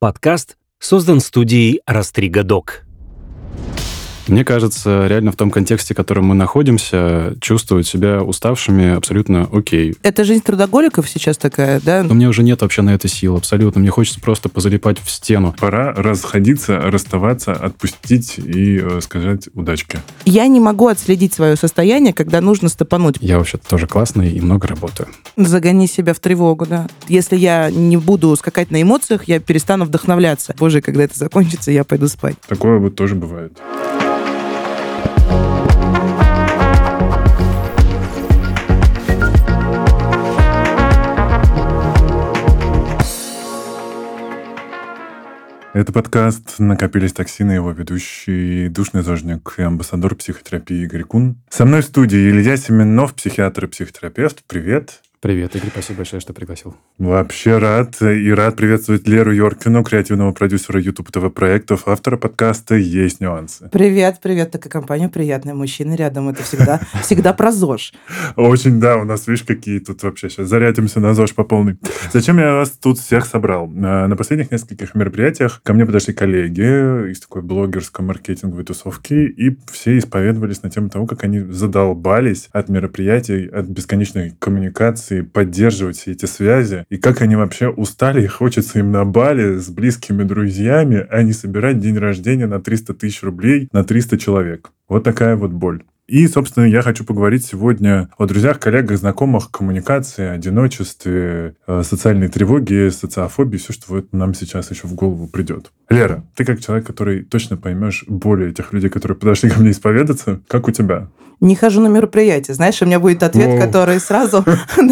Подкаст создан студией «Растрига.Док». Мне кажется, реально в том контексте, в котором мы находимся, чувствовать себя уставшими абсолютно окей. Это жизнь трудоголиков сейчас такая, да? Но мне уже нет вообще на это сил абсолютно. Мне хочется просто позалипать в стену. Пора расходиться, расставаться, отпустить и сказать удачки. Я не могу отследить свое состояние, когда нужно стопануть. Я вообще-то тоже классный и много работаю. Загони себя в тревогу, да. Если я не буду скакать на эмоциях, я перестану вдохновляться. Боже, когда это закончится, я пойду спать. Такое вот тоже бывает. Это подкаст «Накопились токсины», его ведущий, душный зожник и амбассадор психотерапии Игорь Кун. Со мной в студии Илья Семенов, психиатр и психотерапевт. Привет. Привет, Игорь, спасибо большое, что пригласил. Вообще рад. И рад приветствовать Леру Йоркину, креативного продюсера YouTube ТВ-проектов, автора подкаста «Есть нюансы». Привет, такая компания приятная, мужчины рядом, это всегда про ЗОЖ. Очень, да, у нас, видишь, какие тут вообще сейчас зарядимся на ЗОЖ по полной. Зачем я вас тут всех собрал? На последних нескольких мероприятиях ко мне подошли коллеги из такой блогерско-маркетинговой тусовки, и все исповедовались на тему того, как они задолбались от мероприятий, от бесконечной коммуникации, поддерживать все эти связи, и как они вообще устали, и хочется им на Бали с близкими друзьями, а не собирать день рождения на 300 тысяч рублей на 300 человек. Вот такая вот боль. И, собственно, я хочу поговорить сегодня о друзьях, коллегах, знакомых, коммуникации, одиночестве, социальной тревоге, социофобии, все, что вот нам сейчас еще в голову придет. Лера, ты как человек, который точно поймешь боли этих людей, которые подошли ко мне исповедаться, как у тебя? Не хожу на мероприятия. Знаешь, у меня будет ответ, который сразу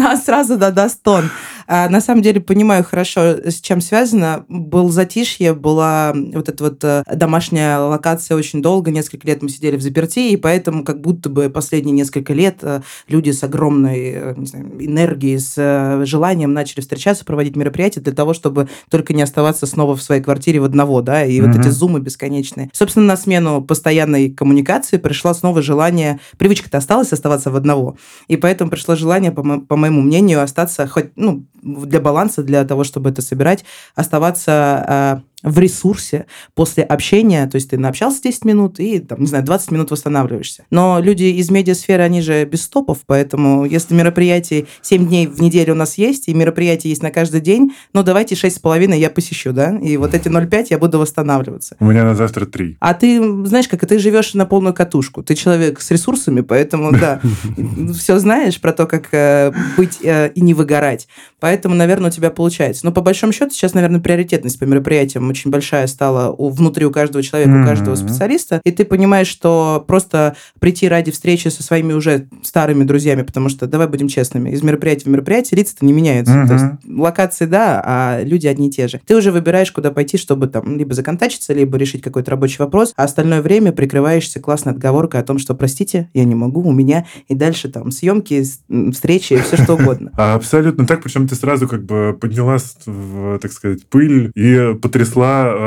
даст тон. На самом деле, понимаю хорошо, с чем связано. Был затишье, была вот эта вот домашняя локация очень долго, несколько лет мы сидели в заперти, и поэтому как будто бы последние несколько лет люди с огромной, не знаю, энергией, с желанием начали встречаться, проводить мероприятия для того, чтобы только не оставаться снова в своей квартире в одного, да, и вот эти зумы бесконечные. Собственно, на смену постоянной коммуникации пришло снова желание, привычка-то осталась оставаться в одного, и поэтому пришло желание, по моему мнению, остаться хоть, для баланса, для того, чтобы это собирать, оставаться в ресурсе после общения, то есть ты наобщался 10 минут и, 20 минут восстанавливаешься. Но люди из медиасферы, они же без стопов, поэтому если мероприятий 7 дней в неделю у нас есть, и мероприятия есть на каждый день, давайте 6,5 я посещу, да, и вот эти 0,5 я буду восстанавливаться. У меня на завтра 3. А ты, знаешь, ты живешь на полную катушку, ты человек с ресурсами, поэтому, да, все знаешь про то, как быть и не выгорать, поэтому, наверное, у тебя получается. Но по большому счету сейчас, наверное, приоритетность по мероприятиям очень большая стала внутри у каждого человека, у каждого специалиста, и ты понимаешь, что просто прийти ради встречи со своими уже старыми друзьями, потому что, давай будем честными, из мероприятия в мероприятие лица-то не меняются. То есть локации, да, а люди одни и те же. Ты уже выбираешь, куда пойти, чтобы там либо законтачиться, либо решить какой-то рабочий вопрос, а остальное время прикрываешься классной отговоркой о том, что, простите, я не могу, у меня и дальше там съемки, встречи, все что угодно. Абсолютно так, причем ты сразу подняла, так сказать, пыль и потрясла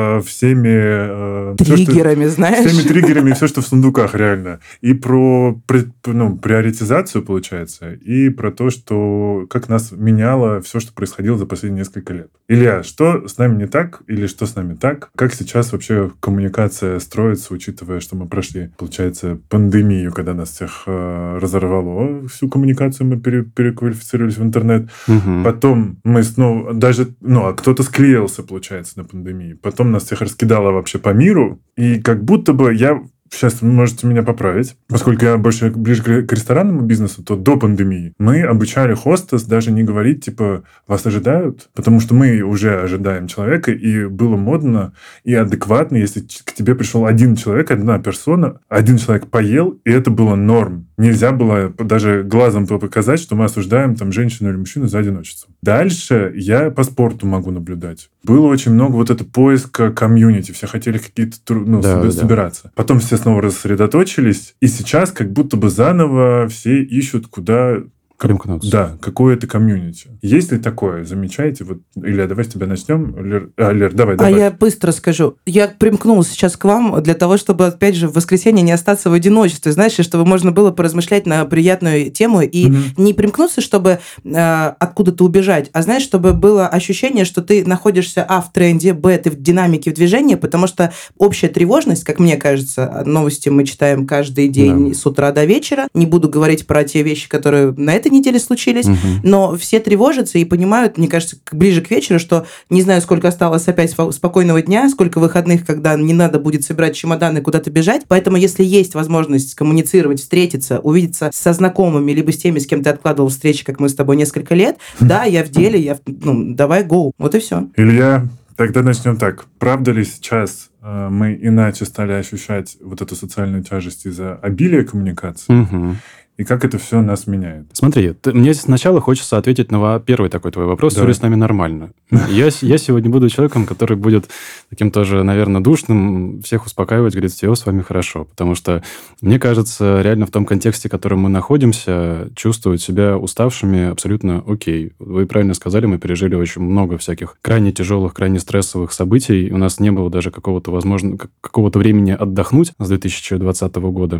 всеми триггерами, знаешь? Всеми триггерами, все, что в сундуках, реально. И про приоритизацию, получается, и про то, что как нас меняло все, что происходило за последние несколько лет. Илья, что с нами не так или что с нами так? Как сейчас вообще коммуникация строится, учитывая, что мы прошли, получается, пандемию, когда нас всех разорвало, всю коммуникацию мы переквалифицировались в интернет. Потом мы снова даже, а кто-то склеился, получается, на пандемии. Потом нас всех раскидало вообще по миру. И как будто бы сейчас вы можете меня поправить. Поскольку я ближе к ресторанному бизнесу, то до пандемии мы обучали хостес даже не говорить, вас ожидают, потому что мы уже ожидаем человека, и было модно и адекватно, если к тебе пришел один человек, одна персона, один человек поел, и это было норм. Нельзя было даже глазом показать, что мы осуждаем женщину или мужчину за одиночество. Дальше я по спорту могу наблюдать. Было очень много поиска комьюнити, все хотели какие-то собираться. Потом все снова рассредоточились, и сейчас как будто бы заново все ищут, куда Примкнуться. Да, какое-то комьюнити. Есть ли такое? Замечаете? Вот, Илья, давай с тебя начнем. Лер, давай. А я быстро скажу. Я примкнула сейчас к вам для того, чтобы, опять же, в воскресенье не остаться в одиночестве, знаешь, и чтобы можно было поразмышлять на приятную тему и не примкнуться, чтобы откуда-то убежать, а, знаешь, чтобы было ощущение, что ты находишься, в тренде, ты в динамике, в движении, потому что общая тревожность, как мне кажется, новости мы читаем каждый день с утра до вечера. Не буду говорить про те вещи, которые на этой неделе случились, но все тревожатся и понимают, мне кажется, ближе к вечеру, что не знаю, сколько осталось опять спокойного дня, сколько выходных, когда не надо будет собирать чемоданы и куда-то бежать. Поэтому, если есть возможность коммуницировать, встретиться, увидеться со знакомыми, либо с теми, с кем ты откладывал встречи, как мы с тобой несколько лет, да, я в деле, давай, go. Вот и все. Илья, тогда начнем так. Правда ли сейчас мы иначе стали ощущать вот эту социальную тяжесть из-за обилия коммуникации? И как это все нас меняет? Смотри, мне сначала хочется ответить на первый такой твой вопрос. Все ли с нами нормально? Я сегодня буду человеком, который будет таким тоже, наверное, душным, всех успокаивать, говорит, все с вами хорошо. Потому что, мне кажется, реально в том контексте, в котором мы находимся, чувствовать себя уставшими абсолютно окей. Вы правильно сказали, мы пережили очень много всяких крайне тяжелых, крайне стрессовых событий. У нас не было даже какого-то времени отдохнуть с 2020 года.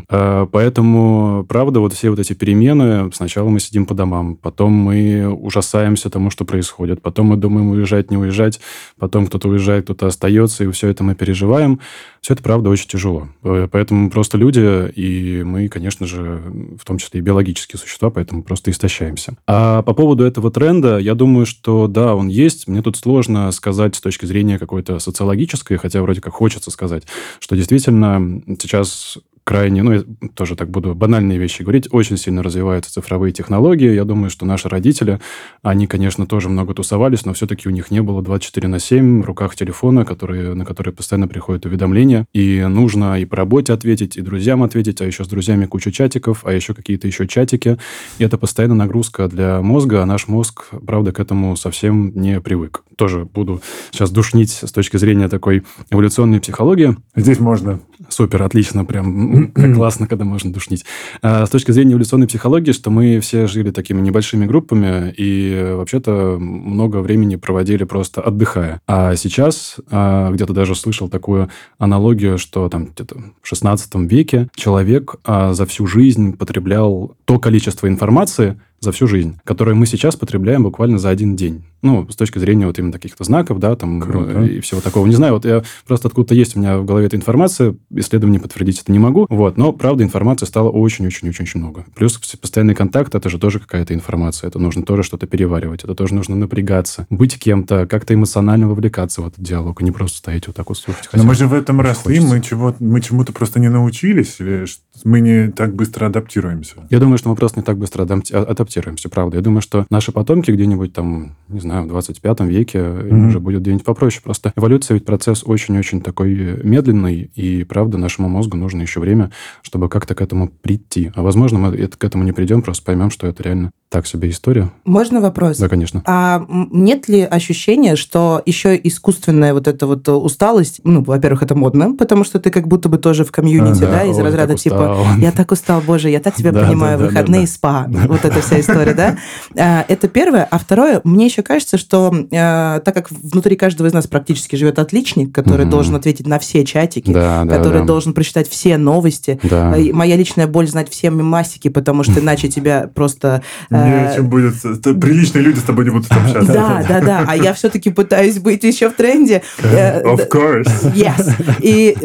Поэтому, правда, вот все вот эти перемены, сначала мы сидим по домам, потом мы ужасаемся тому, что происходит, потом мы думаем, уезжать, не уезжать, потом кто-то уезжает, кто-то остается, и все это мы переживаем. Все это, правда, очень тяжело. Поэтому мы просто люди, и мы, конечно же, в том числе и биологические существа, поэтому просто истощаемся. А по поводу этого тренда, я думаю, что да, он есть. Мне тут сложно сказать с точки зрения какой-то социологической, хотя вроде как хочется сказать, что действительно сейчас крайне, я тоже так буду банальные вещи говорить, очень сильно развиваются цифровые технологии. Я думаю, что наши родители, они, конечно, тоже много тусовались, но все-таки у них не было 24/7 в руках телефона, на который постоянно приходят уведомления. И нужно и по работе ответить, и друзьям ответить, а еще с друзьями куча чатиков, а еще какие-то еще чатики. И это постоянно нагрузка для мозга, а наш мозг, правда, к этому совсем не привык. Тоже буду сейчас душнить с точки зрения такой эволюционной психологии. Здесь можно. Супер, отлично, прям как классно, когда можно душнить. С точки зрения эволюционной психологии, что мы все жили такими небольшими группами и вообще-то много времени проводили просто отдыхая. А сейчас где-то даже слышал такую аналогию, что там где-то в 16 веке человек за всю жизнь потреблял то количество информации за всю жизнь, которое мы сейчас потребляем буквально за один день. С точки зрения вот именно каких-то знаков, да, там, и всего такого. Не знаю, вот я просто откуда-то есть у меня в голове эта информация, исследование подтвердить это не могу, но, правда, информации стало очень-очень-очень много. Плюс постоянный контакт, это же тоже какая-то информация, это нужно тоже что-то переваривать, это тоже нужно напрягаться, быть кем-то, как-то эмоционально вовлекаться в этот диалог, а не просто стоять вот так вот слушать. Но мы же в этом росли, мы чему-то просто не научились, или мы не так быстро адаптируемся? Я думаю, что мы просто не так быстро адаптируемся, правда. Я думаю, что наши потомки где-нибудь там, не знаю, в 25 веке уже будет где-нибудь попроще. Просто эволюция ведь процесс очень-очень такой медленный, и, правда, нашему мозгу нужно еще время, чтобы как-то к этому прийти. А, возможно, мы к этому не придем, просто поймем, что это реально так себе история. Можно вопрос? Да, конечно. А нет ли ощущения, что еще искусственная вот эта вот усталость, во-первых, это модно, потому что ты как будто бы тоже в комьюнити, из разряда типа «я так устал, боже, я так тебя понимаю, выходные, спа». Вот эта вся история, да? Это первое. А второе, мне еще кажется, что так как внутри каждого из нас практически живет отличник, который должен ответить на все чатики, который должен прочитать все новости. Моя личная боль знать все мемасики, потому что иначе тебя просто... Не о чем будет... Приличные люди с тобой не будут общаться. Да. А я все-таки пытаюсь быть еще в тренде. Of course. Yes. И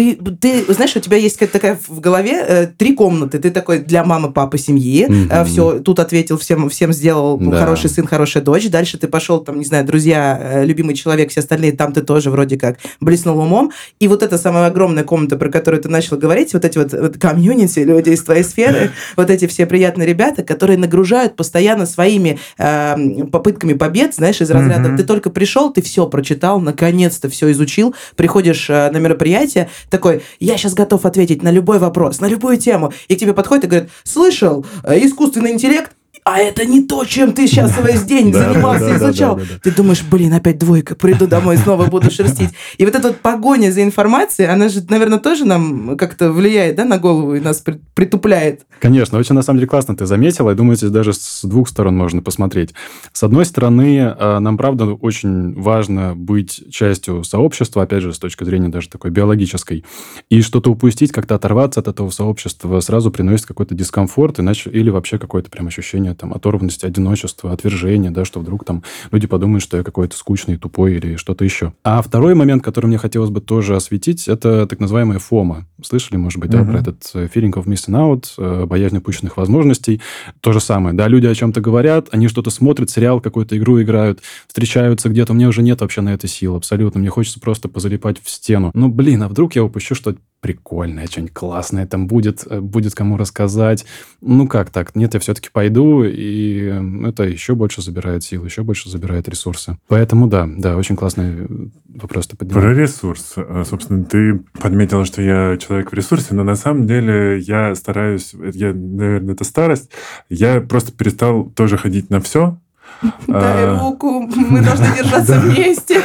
ты знаешь, у тебя есть такая в голове 3 комнаты. Ты такой для мамы, папы, семьи. Все, тут ответил всем сделал хороший сын, хорошая дочь. Дальше ты пошел, там, не знаю, друзья, любимый человек, все остальные, там ты тоже вроде как блеснул умом. И вот эта самая огромная комната, про которую ты начал говорить, вот эти вот комьюнити, люди из твоей сферы, вот эти все приятные ребята, которые нагружают постоянно своими попытками побед, знаешь, из разряда ты только пришел, ты все прочитал, наконец-то все изучил, приходишь на мероприятие, такой, я сейчас готов ответить на любой вопрос, на любую тему, и к тебе подходит и говорит, слышал, искусственный интеллект а это не то, чем ты сейчас весь день занимался, изучал. Ты думаешь, опять двойка, приду домой, снова буду шерстить. И вот эта вот погоня за информацией, она же, наверное, тоже нам как-то влияет, да, на голову и нас притупляет. Конечно, очень, на самом деле, классно ты заметила. Я думаю, здесь даже с двух сторон можно посмотреть. С одной стороны, нам, правда, очень важно быть частью сообщества, опять же, с точки зрения даже такой биологической. И что-то упустить, как-то оторваться от этого сообщества сразу приносит какой-то дискомфорт, иначе, или вообще какое-то прям ощущение там оторванности, одиночества, отвержения, да, что вдруг там люди подумают, что я какой-то скучный, тупой или что-то еще. А второй момент, который мне хотелось бы тоже осветить, это так называемая FOMO. Слышали, может быть, да, про этот feeling of missing out, боязнь упущенных возможностей. То же самое, да, люди о чем-то говорят, они что-то смотрят, сериал, какую-то игру играют, встречаются где-то, у меня уже нет вообще на это сил абсолютно, мне хочется просто позалипать в стену. Ну, а вдруг я упущу что-то прикольное, что-нибудь классное там будет кому рассказать. Ну, как так? Нет, я все-таки пойду, и это еще больше забирает сил, еще больше забирает ресурсы. Поэтому, да, очень классный вопрос ты поднял. Про ресурс. Собственно, ты подметила, что я человек в ресурсе, но на самом деле я стараюсь, наверное, это старость, я просто перестал тоже ходить на все. Дай руку, мы должны держаться вместе.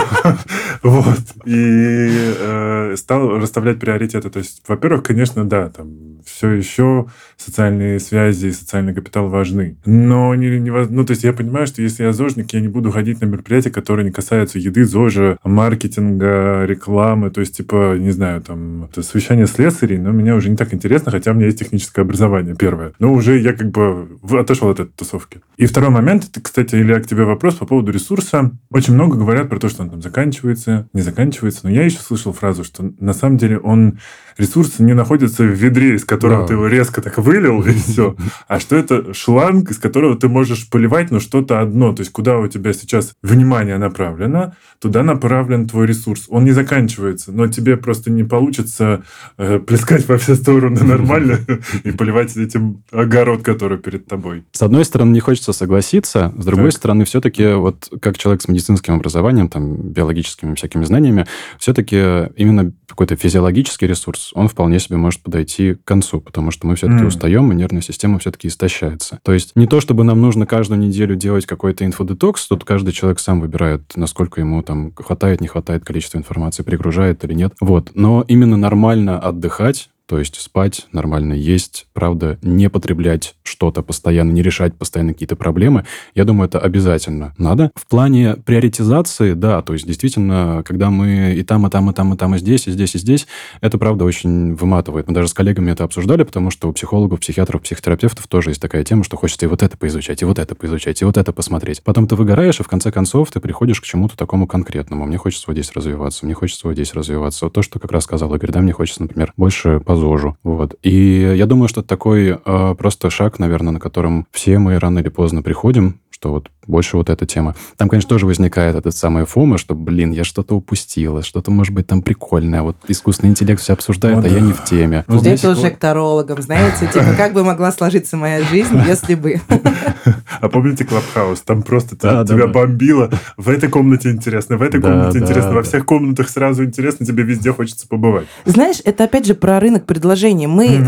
Вот. И стал расставлять приоритеты. То есть, во-первых, конечно, да, там все еще социальные связи и социальный капитал важны. Но то есть я понимаю, что если я зожник, я не буду ходить на мероприятия, которые не касаются еды, ЗОЖа, маркетинга, рекламы. То есть, типа, не знаю, там, совещание слесарей, но мне уже не так интересно, хотя у меня есть техническое образование, первое. Но уже я как бы отошел от этой тусовки. И второй момент, это, кстати, Илья, к тебе вопрос по поводу ресурса. Очень много говорят про то, что он там заканчивается, не заканчивается. Но я еще слышал фразу, что на самом деле ресурс не находится в ведре, из которого ты его резко так вылил, и все. А что это шланг, из которого ты можешь поливать, но что-то одно. То есть, куда у тебя сейчас внимание направлено, туда направлен твой ресурс. Он не заканчивается, но тебе просто не получится плескать во все стороны нормально и поливать этим огород, который перед тобой. С одной стороны, не хочется согласиться, с другой стороны, все-таки, вот как человек с медицинским образованием, там, биологическими всякими знаниями, все-таки именно какой-то физиологический ресурс, он вполне себе может подойти к концу, потому что мы все-таки устаем, и нервная система все-таки истощается. То есть не то, чтобы нам нужно каждую неделю делать какой-то инфодетокс, тут каждый человек сам выбирает, насколько ему там хватает, не хватает количества информации, перегружает или нет. Вот. Но именно нормально отдыхать, то есть спать, нормально есть, правда, не потреблять что-то постоянно, не решать постоянно какие-то проблемы, я думаю, это обязательно надо. В плане приоритизации, да, то есть действительно, когда мы и там, и там, и там, и там, и здесь, и здесь, и здесь, это, правда, очень выматывает. Мы даже с коллегами это обсуждали, потому что у психологов, психиатров, психотерапевтов тоже есть такая тема, что хочется и вот это поизучать, и вот это поизучать, и вот это посмотреть. Потом ты выгораешь, и в конце концов ты приходишь к чему-то такому конкретному. Мне хочется вот здесь развиваться, мне хочется вот здесь развиваться. Вот то, что как раз сказал Игорь, да, мне хочется, например, больше ЗОЖу. Вот. И я думаю, что это такой просто шаг, наверное, на котором все мы рано или поздно приходим, что вот больше вот эта тема. Там, конечно, тоже возникает этот самый FOMO, что, я что-то упустила, что-то, может быть, там прикольное. Вот искусственный интеллект все обсуждает, я не в теме. Это уже к тарологам, знаете, типа, как бы могла сложиться моя жизнь, если бы... А помните Клабхаус? Там просто тебя бомбило. В этой комнате интересно, в этой комнате интересно, во всех комнатах сразу интересно, тебе везде хочется побывать. Знаешь, это опять же про рынок предложений.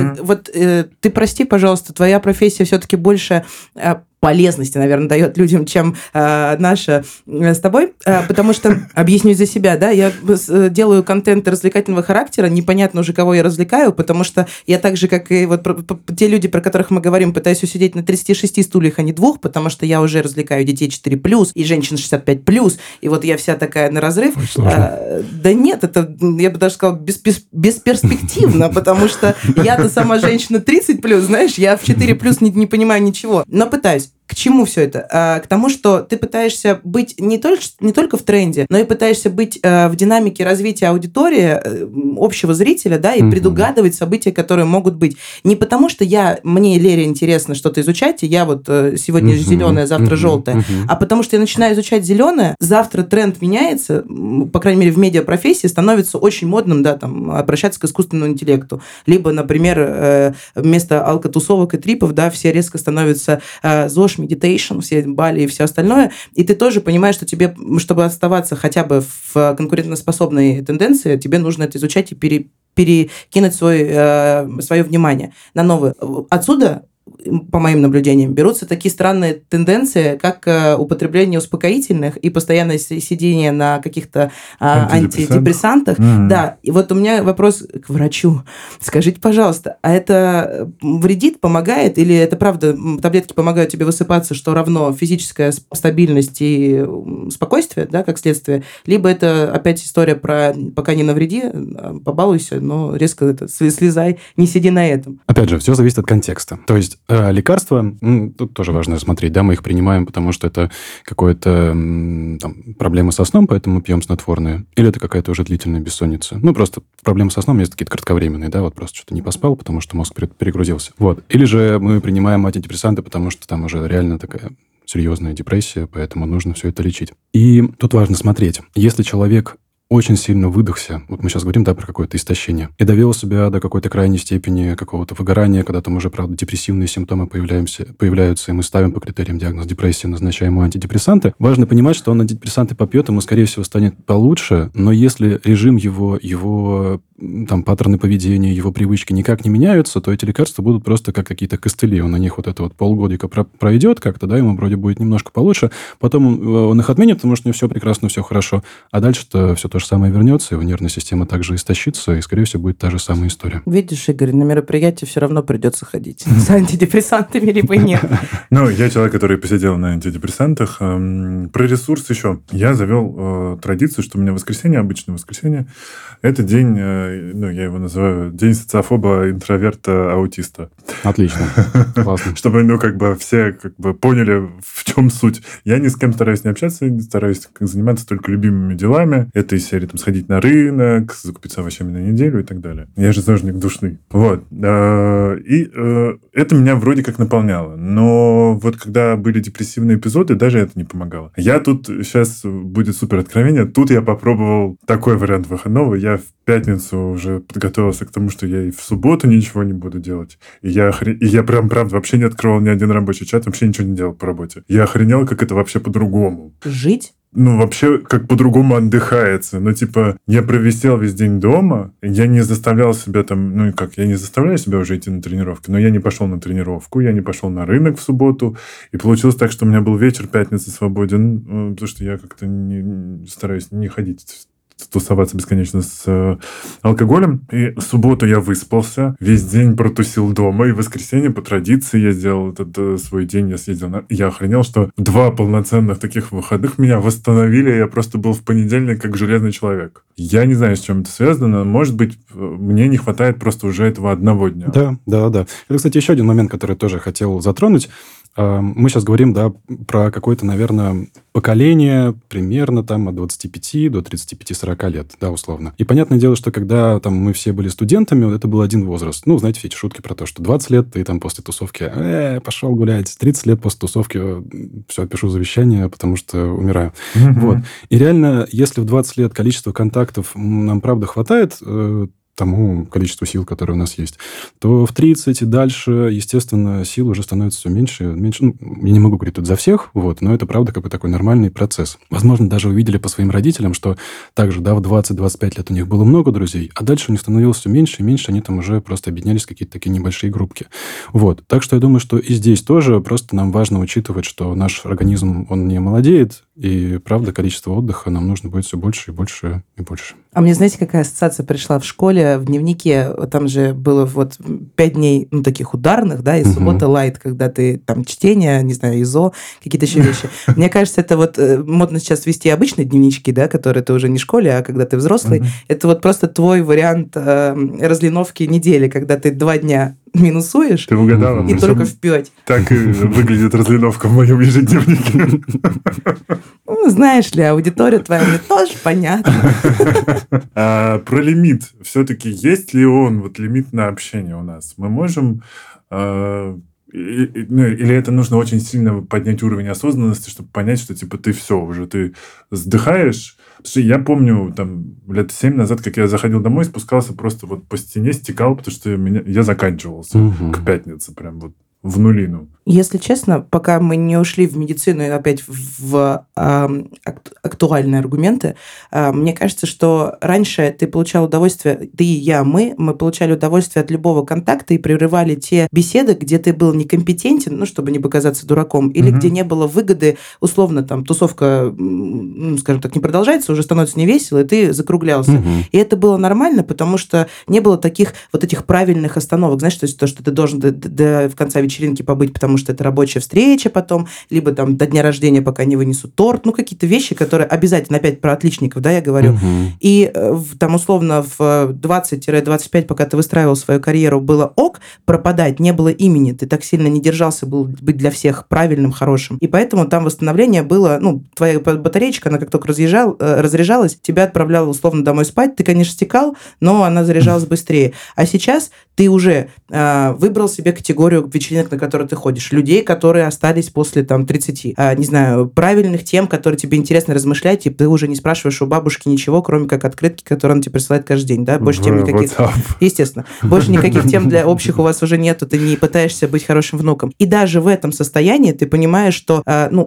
Ты прости, пожалуйста, твоя профессия все-таки больше полезности, наверное, дает людям, чем наша с тобой, потому что, объясню за себя, да, я делаю контент развлекательного характера, непонятно уже, кого я развлекаю, потому что я так же, как и вот те люди, про которых мы говорим, пытаюсь усидеть на 36 стульях, а не 2, потому что я уже развлекаю детей 4+, и женщин 65+, и вот я вся такая на разрыв. Да нет, это, я бы даже сказала, бесперспективно, потому что я-то сама женщина 30+, знаешь, я в 4+ не понимаю ничего, но пытаюсь. К чему все это? К тому, что ты пытаешься быть не только в тренде, но и пытаешься быть в динамике развития аудитории, общего зрителя, да, и предугадывать события, которые могут быть. Не потому, что мне, Лере, интересно что-то изучать, и я вот сегодня зеленая, завтра желтая, а потому что я начинаю изучать зеленое, завтра тренд меняется, по крайней мере, в медиапрофессии становится очень модным, да, там, обращаться к искусственному интеллекту. Либо, например, вместо алкотусовок и трипов, да, все резко становятся ЗОЖ, медитейшн, все Бали и все остальное, и ты тоже понимаешь, что тебе, чтобы оставаться хотя бы в конкурентоспособной тенденции, тебе нужно это изучать и перекинуть свое внимание на новое. Отсюда по моим наблюдениям, берутся такие странные тенденции, как употребление успокоительных и постоянное сидение на каких-то антидепрессантах. Да, и вот у меня вопрос к врачу. Скажите, пожалуйста, а это вредит, помогает, или это правда таблетки помогают тебе высыпаться, что равно физическая стабильность и спокойствие, да, как следствие, либо это опять история про пока не навреди, побалуйся, но резко слезай, не сиди на этом. Опять же, все зависит от контекста. То есть лекарства, тут тоже важно смотреть, да, мы их принимаем, потому что это какая-то проблема со сном, поэтому мы пьем снотворные, или это какая-то уже длительная бессонница. Просто проблемы со сном есть какие-то кратковременные, да, вот просто что-то не поспал, потому что мозг перегрузился. Вот. Или же мы принимаем антидепрессанты, потому что там уже реально такая серьезная депрессия, поэтому нужно все это лечить. И тут важно смотреть. Если человек очень сильно выдохся, вот мы сейчас говорим, да, про какое-то истощение, и довел себя до какой-то крайней степени какого-то выгорания, когда там уже, правда, депрессивные симптомы появляются, и мы ставим по критериям диагноз депрессии, назначаем ему антидепрессанты, важно понимать, что он антидепрессанты попьет, ему, скорее всего, станет получше, но если режим его там, паттерны поведения, его привычки никак не меняются, то эти лекарства будут просто как какие-то костыли. Он на них вот это вот полгодика пройдет как-то, да, ему вроде будет немножко получше, потом он их отменит, потому что у него все прекрасно, все хорошо, а дальше-то все то же самое вернется, его нервная система также истощится, и, скорее всего, будет та же самая история. Видишь, Игорь, на мероприятие все равно придется ходить с антидепрессантами, либо нет. Я человек, который посидел на антидепрессантах. Про ресурс еще. Я завел традицию, что у меня обычное воскресенье, это день, я его называю день социофоба, интроверта, аутиста. Отлично. Классно. Чтобы, все поняли, в чем суть. Я ни с кем стараюсь не общаться, стараюсь заниматься только любимыми делами. Это из серии сходить на рынок, закупиться овощами на неделю и так далее. Я же зожник душный. Вот. И это меня вроде как наполняло. Но вот когда были депрессивные эпизоды, даже это не помогало. Я тут, сейчас будет супер откровение, тут я попробовал такой вариант выходного. Я в пятницу уже подготовился к тому, что я и в субботу ничего не буду делать. И я прям, правда, вообще не открывал ни один рабочий чат, вообще ничего не делал по работе. Я охренел, как это вообще по-другому. Жить? Вообще, как по-другому отдыхается. Я провисел весь день дома, я не заставлял себя я не заставляю себя уже идти на тренировки, но я не пошел на тренировку, я не пошел на рынок в субботу, и получилось так, что у меня был вечер пятницы свободен, потому что я как-то стараюсь не ходить тусоваться бесконечно с алкоголем. И в субботу я выспался, весь день протусил дома, и в воскресенье по традиции я сделал этот свой день, я съездил я охренел, что 2 полноценных таких выходных меня восстановили, я просто был в понедельник как железный человек. Я не знаю, с чем это связано, может быть, мне не хватает просто уже этого одного дня. Да. Это, кстати, еще один момент, который тоже хотел затронуть. Мы сейчас говорим, да, про какое-то, наверное, поколение примерно там от 25 до 35-40 лет, да, условно. И понятное дело, что когда там мы все были студентами, вот это был один возраст. Знаете, все эти шутки про то, что 20 лет ты там после тусовки пошел гулять, 30 лет после тусовки все, пишу завещание, потому что умираю. Вот. И реально, если в 20 лет количество контактов нам, правда, хватает тому количеству сил, которые у нас есть, то в 30 и дальше, естественно, сил уже становится все меньше. Я не могу говорить тут за всех, но это, правда, какой-то такой нормальный процесс. Возможно, даже увидели по своим родителям, что также, да, в 20-25 лет у них было много друзей, а дальше у них становилось все меньше и меньше, они там уже просто объединялись в какие-то такие небольшие группки. Так что я думаю, что и здесь тоже просто нам важно учитывать, что наш организм, он не молодеет, и, правда, количество отдыха нам нужно будет все больше и больше и больше. А мне, знаете, какая ассоциация пришла в школе, в дневнике? Там же было 5 дней, таких ударных, да, и суббота лайт, когда ты там чтение, не знаю, ИЗО, какие-то еще вещи. Мне кажется, это модно сейчас вести обычные дневнички, да, которые ты уже не в школе, а когда ты взрослый. Это просто твой вариант разлиновки недели, когда ты 2 дня минусуешь. Ты угадала. И только в 5. Так и выглядит разлиновка в моем ежедневнике. Знаешь ли, аудитория твоя мне тоже понятна. Про лимит. Все-таки есть ли он, лимит на общение у нас? Мы можем... Или это нужно очень сильно поднять уровень осознанности, чтобы понять, что ты все, уже ты сдыхаешь. Потому что я помню, лет 7 назад, как я заходил домой, спускался просто по стене, стекал, потому что я заканчивался к пятнице. Прям в нулину? Если честно, пока мы не ушли в медицину и опять в актуальные аргументы, мне кажется, что раньше ты получал удовольствие, ты, я, мы получали удовольствие от любого контакта и прерывали те беседы, где ты был некомпетентен, ну, чтобы не показаться дураком, или где не было выгоды, условно, там, тусовка, скажем так, не продолжается, уже становится невесело, и ты закруглялся. И это было нормально, потому что не было таких вот этих правильных остановок, знаешь, то есть то, что ты должен до конца вечеринки побыть, потому что это рабочая встреча потом, либо там до дня рождения, пока не вынесут торт, ну, какие-то вещи, которые обязательно, опять про отличников, да, я говорю. И там, условно, в 20-25, пока ты выстраивал свою карьеру, было ок, пропадать не было имени, ты так сильно не держался быть для всех правильным, хорошим. И поэтому там восстановление было, ну, твоя батареечка, она как только разряжалась, тебя отправляла, условно, домой спать, ты, конечно, стекал, но она заряжалась быстрее. А сейчас ты уже выбрал себе категорию вечеринок, на которые ты ходишь, людей, которые остались после там 30, не знаю, правильных тем, которые тебе интересно размышлять, и ты уже не спрашиваешь у бабушки ничего, кроме как открытки, которые она тебе присылает каждый день, да? Больше тем никаких. Естественно. Больше никаких тем для общих у вас уже нету, ты не пытаешься быть хорошим внуком. И даже в этом состоянии ты понимаешь, что,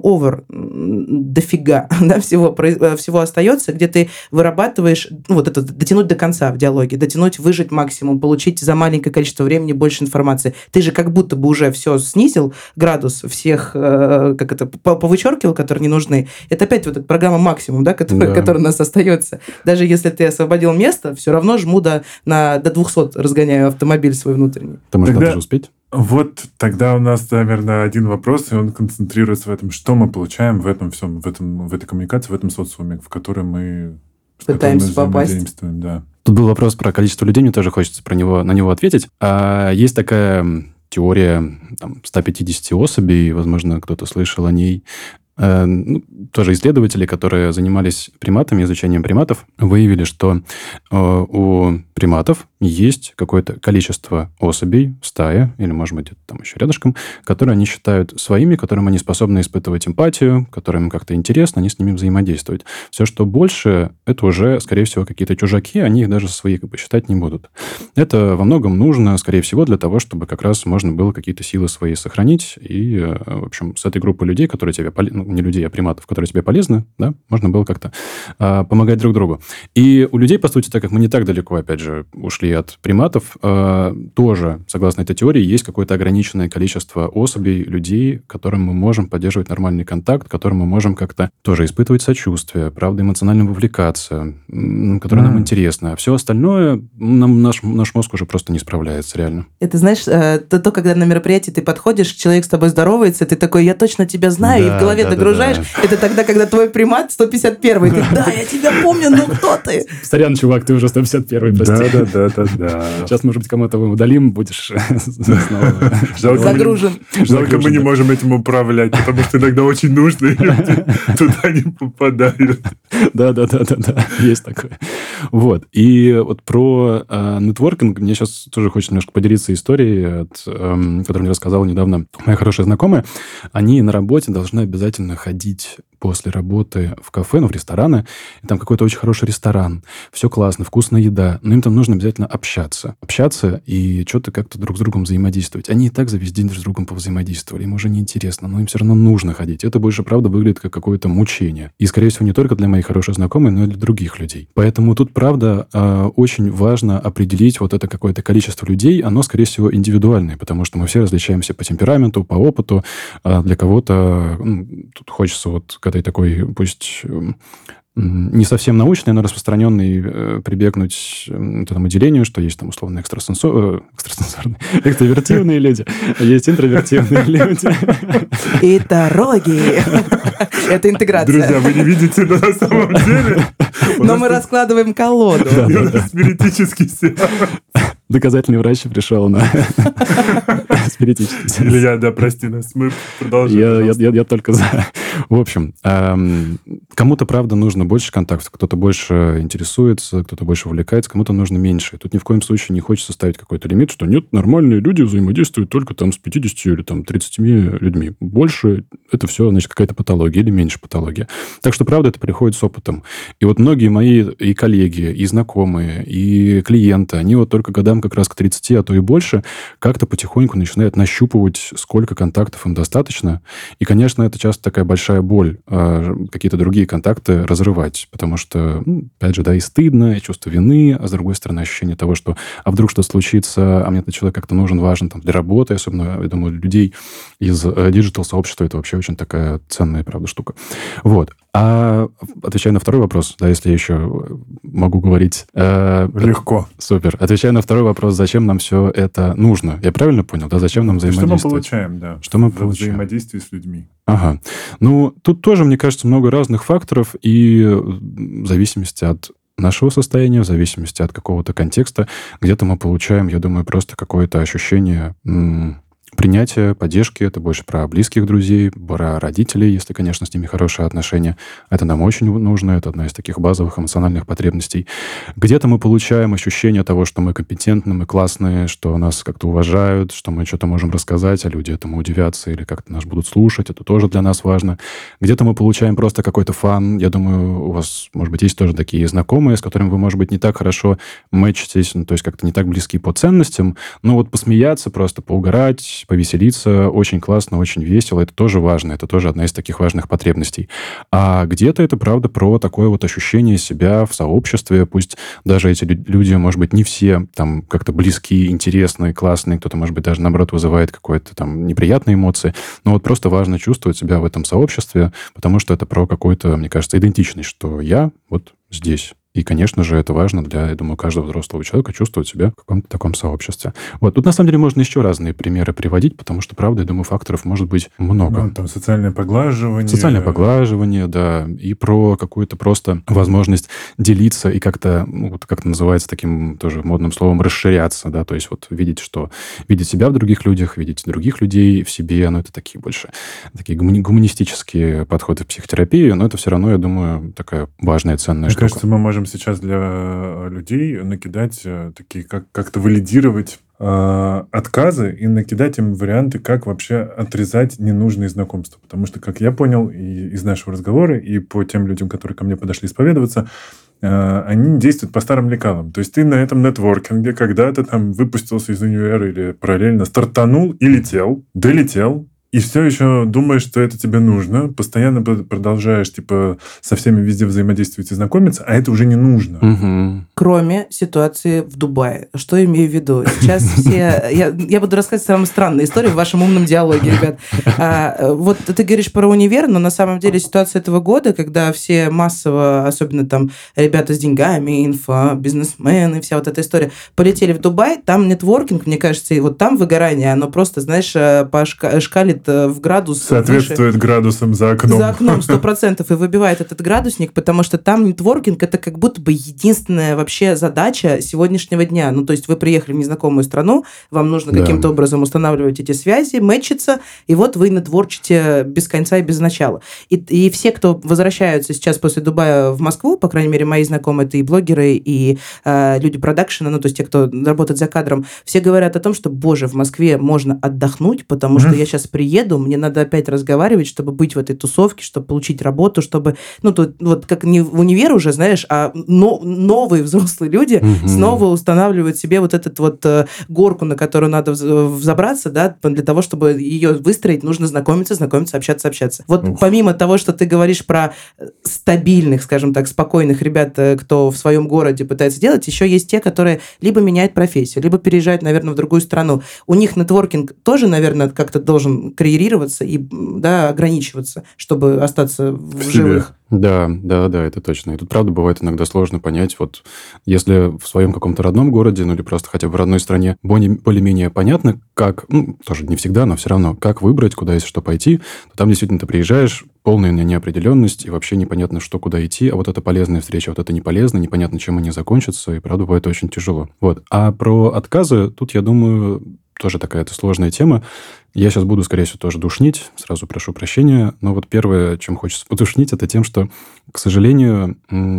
дофига, да, всего остается, где ты вырабатываешь, вот это, дотянуть до конца в диалоге, выжать максимум, получить за маленькое количество времени больше информации. Ты же как будто бы уже все снизил, градус всех, повычеркивал, которые не нужны. Это опять вот эта программа максимум, да, которая у нас остается. Даже если ты освободил место, все равно жму до 200, разгоняю автомобиль свой внутренний. Потому что надо же успеть. Вот тогда у нас, наверное, один вопрос, и он концентрируется в этом, что мы получаем в этом всем, в этой коммуникации, в этом социуме, в который мы пытаемся попасть. Да. Тут был вопрос про количество людей, мне тоже хочется на него ответить. Есть такая теория 150 особей, возможно, кто-то слышал о ней. Тоже исследователи, которые занимались приматами, изучением приматов, выявили, что у приматов есть какое-то количество особей в стае, или, может быть, там еще рядышком, которые они считают своими, которым они способны испытывать эмпатию, которым как-то интересно, они с ними взаимодействуют. Все, что больше, это уже, скорее всего, какие-то чужаки, они их даже свои считать не будут. Это во многом нужно, скорее всего, для того, чтобы как раз можно было какие-то силы свои сохранить, и, в общем, с этой группой людей, которые тебе не людей, а приматов, которые тебе полезны, да, можно было как-то помогать друг другу. И у людей, по сути, так как мы не так далеко, опять же, ушли от приматов, тоже, согласно этой теории, есть какое-то ограниченное количество особей, людей, которым мы можем поддерживать нормальный контакт, которым мы можем как-то тоже испытывать сочувствие, правда, эмоционально вовлекаться, которое нам интересно. А все остальное наш мозг уже просто не справляется, реально. Это, знаешь, когда на мероприятии ты подходишь, человек с тобой здоровается, ты такой, я точно тебя знаю, и в голове догружаешь. Это тогда, когда твой примат 151-й. Ты, да, я тебя помню, но кто ты? Сорян, чувак, ты уже 151-й, прости. Да. Сейчас, может быть, кому-то удалим, будешь загружен. Жалко, мы не можем этим управлять, потому что иногда очень нужные люди туда не попадают. Да, есть такое. Вот. И вот про нетворкинг мне сейчас тоже хочется немножко поделиться историей, которую мне рассказала недавно моя хорошая знакомая. Они на работе должны обязательно ходить после работы в кафе, в рестораны, и там какой-то очень хороший ресторан, все классно, вкусная еда, но им там нужно обязательно общаться и что-то как-то друг с другом взаимодействовать. Они и так за весь день друг с другом повзаимодействовали, им уже неинтересно, но им все равно нужно ходить. Это больше, правда, выглядит как какое-то мучение. И, скорее всего, не только для моих хороших знакомых, но и для других людей. Поэтому тут, правда, очень важно определить вот это какое-то количество людей, оно, скорее всего, индивидуальное, потому что мы все различаемся по темпераменту, по опыту. Для кого-то тут хочется вот к этой такой, пусть не совсем научный, но распространенный, прибегнуть к этому делению, что есть там условно экстравертивные люди, а есть интровертивные люди. Итороги. Это интеграция. Друзья, вы не видите, но на самом деле... Но мы раскладываем колоду. Спиритический сеанс. Доказательный врач пришел на спиритический сеанс. Илья, да, прости нас, мы продолжаем. Я только за. В общем, кому-то, правда, нужно больше контактов, кто-то больше интересуется, кто-то больше увлекается, кому-то нужно меньше. Тут ни в коем случае не хочется ставить какой-то лимит, что нет, нормальные люди взаимодействуют только там с 50 или там 30 людьми. Больше это все, значит, какая-то патология или меньше патология. Так что, правда, это приходит с опытом. И вот многие мои и коллеги, и знакомые, и клиенты, они вот только годам как раз к 30, а то и больше, как-то потихоньку начинают нащупывать, сколько контактов им достаточно. И, конечно, это часто такая большая боль какие-то другие контакты разрывать, потому что, опять же, да, и стыдно, и чувство вины, а с другой стороны, ощущение того, что а вдруг что-то случится, а мне этот человек как-то нужен, важен там, для работы, особенно, я думаю, людей из диджитал-сообщества, это вообще очень такая ценная, правда, штука. Вот. А отвечая на второй вопрос, да, если я еще могу говорить... Легко. Супер. Отвечая на второй вопрос, зачем нам все это нужно? Я правильно понял, да? Зачем нам взаимодействовать? Что мы получаем, да. Что мы получаем? Взаимодействие с людьми. Ага. Ну, тут тоже, мне кажется, много разных факторов, и в зависимости от нашего состояния, в зависимости от какого-то контекста, где-то мы получаем, я думаю, просто какое-то ощущение... принятие, поддержки, это больше про близких друзей, про родителей, если, конечно, с ними хорошие отношения. Это нам очень нужно, это одна из таких базовых эмоциональных потребностей. Где-то мы получаем ощущение того, что мы компетентны, мы классные, что нас как-то уважают, что мы что-то можем рассказать, а люди этому удивятся или как-то нас будут слушать, это тоже для нас важно. Где-то мы получаем просто какой-то фан. Я думаю, у вас, может быть, есть тоже такие знакомые, с которыми вы, может быть, не так хорошо мэчитесь, то есть как-то не так близки по ценностям, но вот посмеяться, просто поугарать, повеселиться, очень классно, очень весело, это тоже важно, это тоже одна из таких важных потребностей. А где-то это, правда, про такое вот ощущение себя в сообществе, пусть даже эти люди, может быть, не все там как-то близкие, интересные, классные, кто-то, может быть, даже, наоборот, вызывает какие-то там неприятные эмоции, но вот просто важно чувствовать себя в этом сообществе, потому что это про какую-то, мне кажется, идентичность, что я вот здесь. И, конечно же, это важно для, я думаю, каждого взрослого человека чувствовать себя в каком-то таком сообществе. Вот. Тут, на самом деле, можно еще разные примеры приводить, потому что, правда, я думаю, факторов может быть много. Ну, там социальное поглаживание. Социальное поглаживание, да. И про какую-то просто возможность делиться и как-то, ну, вот как это называется таким тоже модным словом, расширяться, да, то есть вот видеть себя в других людях, видеть других людей в себе, ну, это такие больше, такие гуманистические подходы в психотерапии, но это все равно, я думаю, такая важная, ценная штука. Мне кажется, мы можем сейчас для людей накидать такие, как-то валидировать отказы и накидать им варианты, как вообще отрезать ненужные знакомства. Потому что, как я понял и из нашего разговора, и по тем людям, которые ко мне подошли исповедоваться, они действуют по старым лекалам. То есть ты на этом нетворкинге когда-то там выпустился из универа или параллельно стартанул и долетел, и все еще думаешь, что это тебе нужно, постоянно продолжаешь, типа, со всеми везде взаимодействовать и знакомиться, а это уже не нужно. Угу. Кроме ситуации в Дубае. Что я имею в виду? Сейчас все... Я буду рассказывать самые странные истории в вашем умном диалоге, ребят. Вот ты говоришь про универ, но на самом деле ситуация этого года, когда все массово, особенно там ребята с деньгами, бизнесмены, вся вот эта история, полетели в Дубай, там нетворкинг, мне кажется, и вот там выгорание, оно просто, знаешь, шкалит в градус. Соответствует градусам за окном. За окном 100%. И выбивает этот градусник, потому что там нетворкинг – это как будто бы единственная вообще задача сегодняшнего дня. Ну, то есть вы приехали в незнакомую страну, вам нужно каким-то образом устанавливать эти связи, мэтчиться, и вот вы нетворчите без конца и без начала. И все, кто возвращаются сейчас после Дубая в Москву, по крайней мере, мои знакомые, это и блогеры, и люди продакшена, ну, то есть те, кто работает за кадром, все говорят о том, что, боже, в Москве можно отдохнуть, потому что я сейчас приеду, мне надо опять разговаривать, чтобы быть в этой тусовке, чтобы получить работу, чтобы... Ну, тут вот как не в универ уже, знаешь, а новые взрослые люди снова устанавливают себе вот эту вот горку, на которую надо взобраться, да, для того, чтобы ее выстроить, нужно знакомиться, общаться. Вот помимо того, что ты говоришь про стабильных, скажем так, спокойных ребят, кто в своем городе пытается делать, еще есть те, которые либо меняют профессию, либо переезжают, наверное, в другую страну. У них нетворкинг тоже, наверное, как-то должен карьерироваться и, да, ограничиваться, чтобы остаться в живых. Да, это точно. И тут, правда, бывает иногда сложно понять, вот если в своем каком-то родном городе, ну или просто хотя бы в родной стране более-менее понятно, как, ну, тоже не всегда, но все равно, как выбрать, куда если что пойти, то там действительно ты приезжаешь, полная неопределенность, и вообще непонятно, что куда идти, а вот это полезная встреча, вот это не полезно, непонятно, чем они закончатся, и, правда, бывает очень тяжело. Вот. А про отказы тут, я думаю, тоже такая-то сложная тема. Я сейчас буду, скорее всего, тоже душнить. Сразу прошу прощения. Но вот первое, чем хочется подушнить, это тем, что, к сожалению,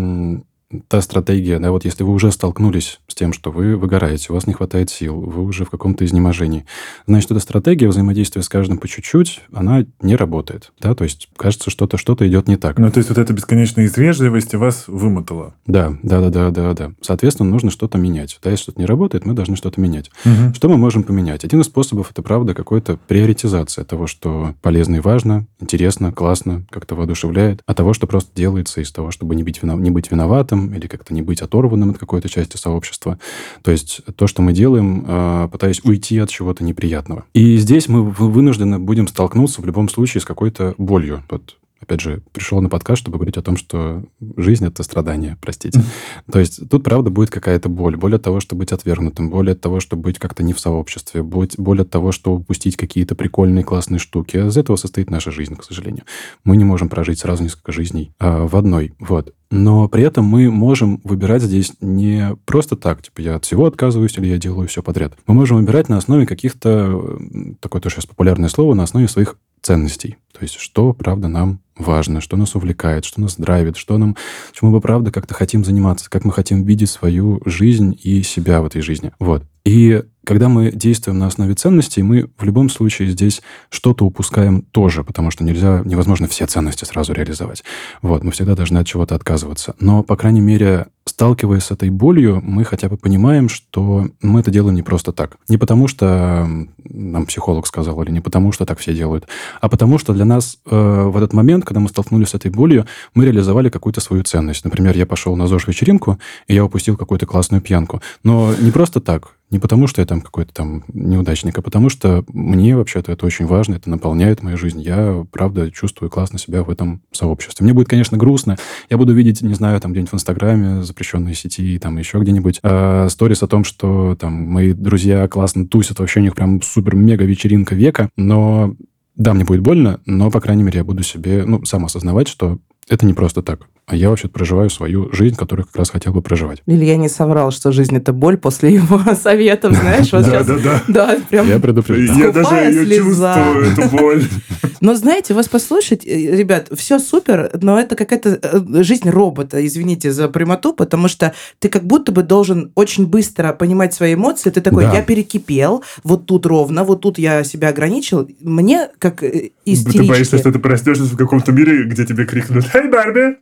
та стратегия, да, вот если вы уже столкнулись с тем, что вы выгораете, у вас не хватает сил, вы уже в каком-то изнеможении, значит, эта стратегия взаимодействия с каждым по чуть-чуть, она не работает, да, то есть кажется, что-то идет не так. Ну, то есть вот эта бесконечная из вежливости вас вымотала. Да. Соответственно, нужно что-то менять. Да, если что-то не работает, мы должны что-то менять. Угу. Что мы можем поменять? Один из способов – это, правда, какая-то приоритизация того, что полезно и важно, интересно, классно, как-то воодушевляет, а того, что просто делается из того, чтобы не быть виноватым, или как-то не быть оторванным от какой-то части сообщества. То есть то, что мы делаем, пытаясь уйти от чего-то неприятного. И здесь мы вынуждены будем столкнуться в любом случае с какой-то болью. Вот, опять же, пришел на подкаст, чтобы говорить о том, что жизнь – это страдание, простите. То есть тут, правда, будет какая-то боль. Боль от того, чтобы быть отвергнутым, боль от того, чтобы быть как-то не в сообществе, боль от того, чтобы упустить какие-то прикольные, классные штуки. Из этого состоит наша жизнь, к сожалению. Мы не можем прожить сразу несколько жизней в одной. Вот. Но при этом мы можем выбирать здесь не просто так, типа я от всего отказываюсь или я делаю все подряд. Мы можем выбирать на основе каких-то, такое тоже сейчас популярное слово, на основе своих ценностей. То есть что, правда, нам важно, что нас увлекает, что нас драйвит, чему мы, правда, как-то хотим заниматься, как мы хотим видеть свою жизнь и себя в этой жизни. Вот. И когда мы действуем на основе ценностей, мы в любом случае здесь что-то упускаем тоже, потому что невозможно все ценности сразу реализовать. Вот, мы всегда должны от чего-то отказываться. Но, по крайней мере, сталкиваясь с этой болью, мы хотя бы понимаем, что мы это делаем не просто так. Не потому, что нам психолог сказал, или не потому, что так все делают, а потому, что для нас в этот момент, когда мы столкнулись с этой болью, мы реализовали какую-то свою ценность. Например, я пошел на ЗОЖ-вечеринку, и я упустил какую-то классную пьянку. Но не просто так. Не потому, что я там какой-то там неудачник, а потому что мне вообще-то это очень важно, это наполняет мою жизнь. Я, правда, чувствую классно себя в этом сообществе. Мне будет, конечно, грустно. Я буду видеть, не знаю, там где-нибудь в Инстаграме, запрещенной сети, там еще где-нибудь, сторис о том, что там мои друзья классно тусят, вообще у них прям супер-мега-вечеринка века. Но да, мне будет больно, но, по крайней мере, я буду себе, сам осознавать, что это не просто так. А я вообще-то проживаю свою жизнь, которую как раз хотел бы проживать. Илья не соврал, что жизнь – это боль после его советов, знаешь, вот сейчас. Да, прям. Я предупреждал. Я даже ее чувствую, эту боль. Но знаете, вас послушать, ребят, все супер, но это какая-то жизнь робота, извините за прямоту, потому что ты как будто бы должен очень быстро понимать свои эмоции. Ты такой, я перекипел, вот тут ровно, вот тут я себя ограничил. Мне, как истеричке... Ты боишься, что ты проснешься в каком-то мире, где тебе крикнут «Эй, Барби!»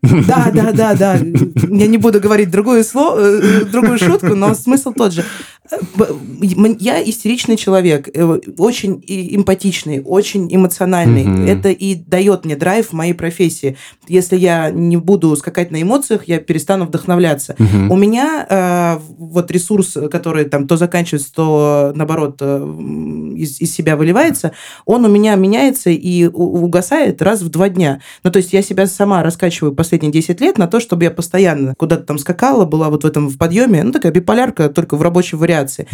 Да. Я не буду говорить другую шутку, но смысл тот же. Я истеричный человек, очень эмпатичный, очень эмоциональный. Это и дает мне драйв в моей профессии. Если я не буду скакать на эмоциях, я перестану вдохновляться. У меня вот ресурс, который там то заканчивается, то, наоборот, из себя выливается, он у меня меняется и угасает раз в 2 дня. Ну, то есть я себя сама раскачиваю последние 10 лет на то, чтобы я постоянно куда-то там скакала, была вот в подъеме, такая биполярка, только в рабочей вариации.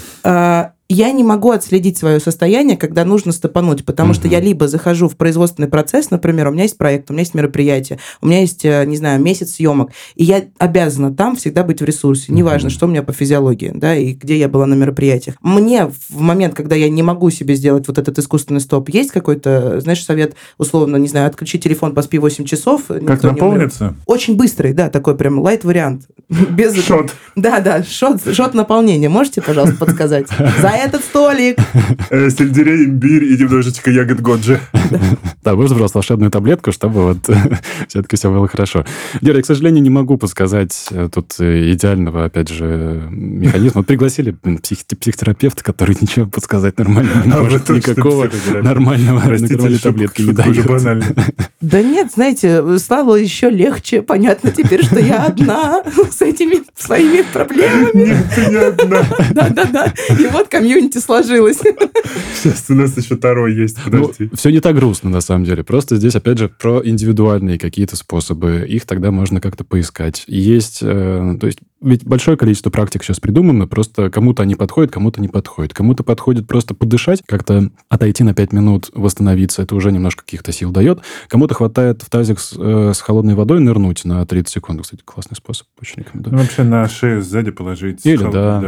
Я не могу отследить свое состояние, когда нужно стопануть, потому что я либо захожу в производственный процесс, например, у меня есть проект, у меня есть мероприятие, у меня есть, не знаю, месяц съемок, и я обязана там всегда быть в ресурсе, неважно, что у меня по физиологии, да, и где я была на мероприятиях. Мне в момент, когда я не могу себе сделать вот этот искусственный стоп, есть какой-то, знаешь, совет, условно, не знаю, отключи телефон, поспи 8 часов. Как наполнится? Очень быстрый, да, такой прям лайт-вариант. Шот. Да, шот наполнения. Можете, пожалуйста, подсказать? За этот столик. Сельдерей, имбирь и немножечко ягод годжи. Да, можно просто волшебную таблетку, чтобы вот все-таки все было хорошо. Дера, я, к сожалению, не могу подсказать тут идеального, опять же, механизма. Вот пригласили психотерапевта, который ничего подсказать нормально не может. Никакого нормальной таблетки не дает. Да нет, знаете, стало еще легче. Понятно теперь, что я одна с этими своими проблемами. Нет, ты не одна. Да. И вот комьюнити сложилось. Сейчас у нас еще Таро есть, подожди. Все не так грустно, на самом деле. Просто здесь, опять же, про индивидуальные какие-то способы. Их тогда можно как-то поискать. Есть, то есть, ведь большое количество практик сейчас придумано, просто кому-то они подходят, кому-то не подходят. Кому-то подходит просто подышать, как-то отойти на 5 минут, восстановиться, это уже немножко каких-то сил дает. Кому-то хватает в тазик с холодной водой нырнуть на 30 секунд. Кстати, классный способ, очень рекомендую. Ну, вообще на шею сзади положить или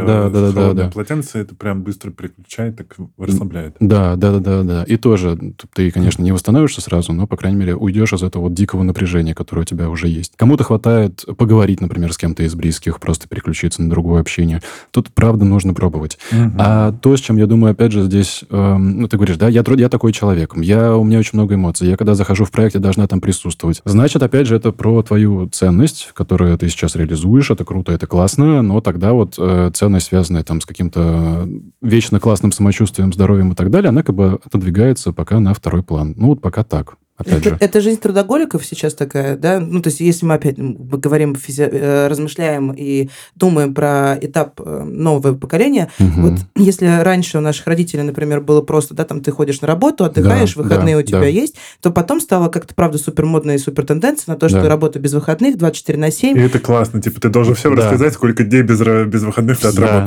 да. полотенце, это прям быстро переключает, так расслабляет. Да. И тоже ты, конечно, не восстановишься сразу, но, по крайней мере, уйдешь из этого вот дикого напряжения, которое у тебя уже есть. Кому-то хватает поговорить, например, с кем-то из близких, просто переключиться на другое общение. Тут, правда, нужно пробовать. А то, с чем, я думаю, опять же, здесь... ты говоришь, да, я такой человек, у меня очень много эмоций, я когда захожу в проект, я должна там присутствовать. Значит, опять же, это про твою ценность, которую ты сейчас реализуешь, это круто, это классно, но тогда вот ценность, связанная там с каким-то вечно классным самочувствием, здоровьем и так далее, она как бы отодвигается пока на второй план. Ну, вот пока так. Это жизнь трудоголиков сейчас такая, да? Ну, то есть, если мы опять говорим, размышляем и думаем про этап нового поколения, вот если раньше у наших родителей, например, было просто, да, там ты ходишь на работу, отдыхаешь, выходные у тебя есть, то потом стало как-то, правда, супер модная и супер тенденция на то, что работа без выходных, 24/7. И это классно, типа ты должен всем рассказать, сколько дней без выходных ты отработал.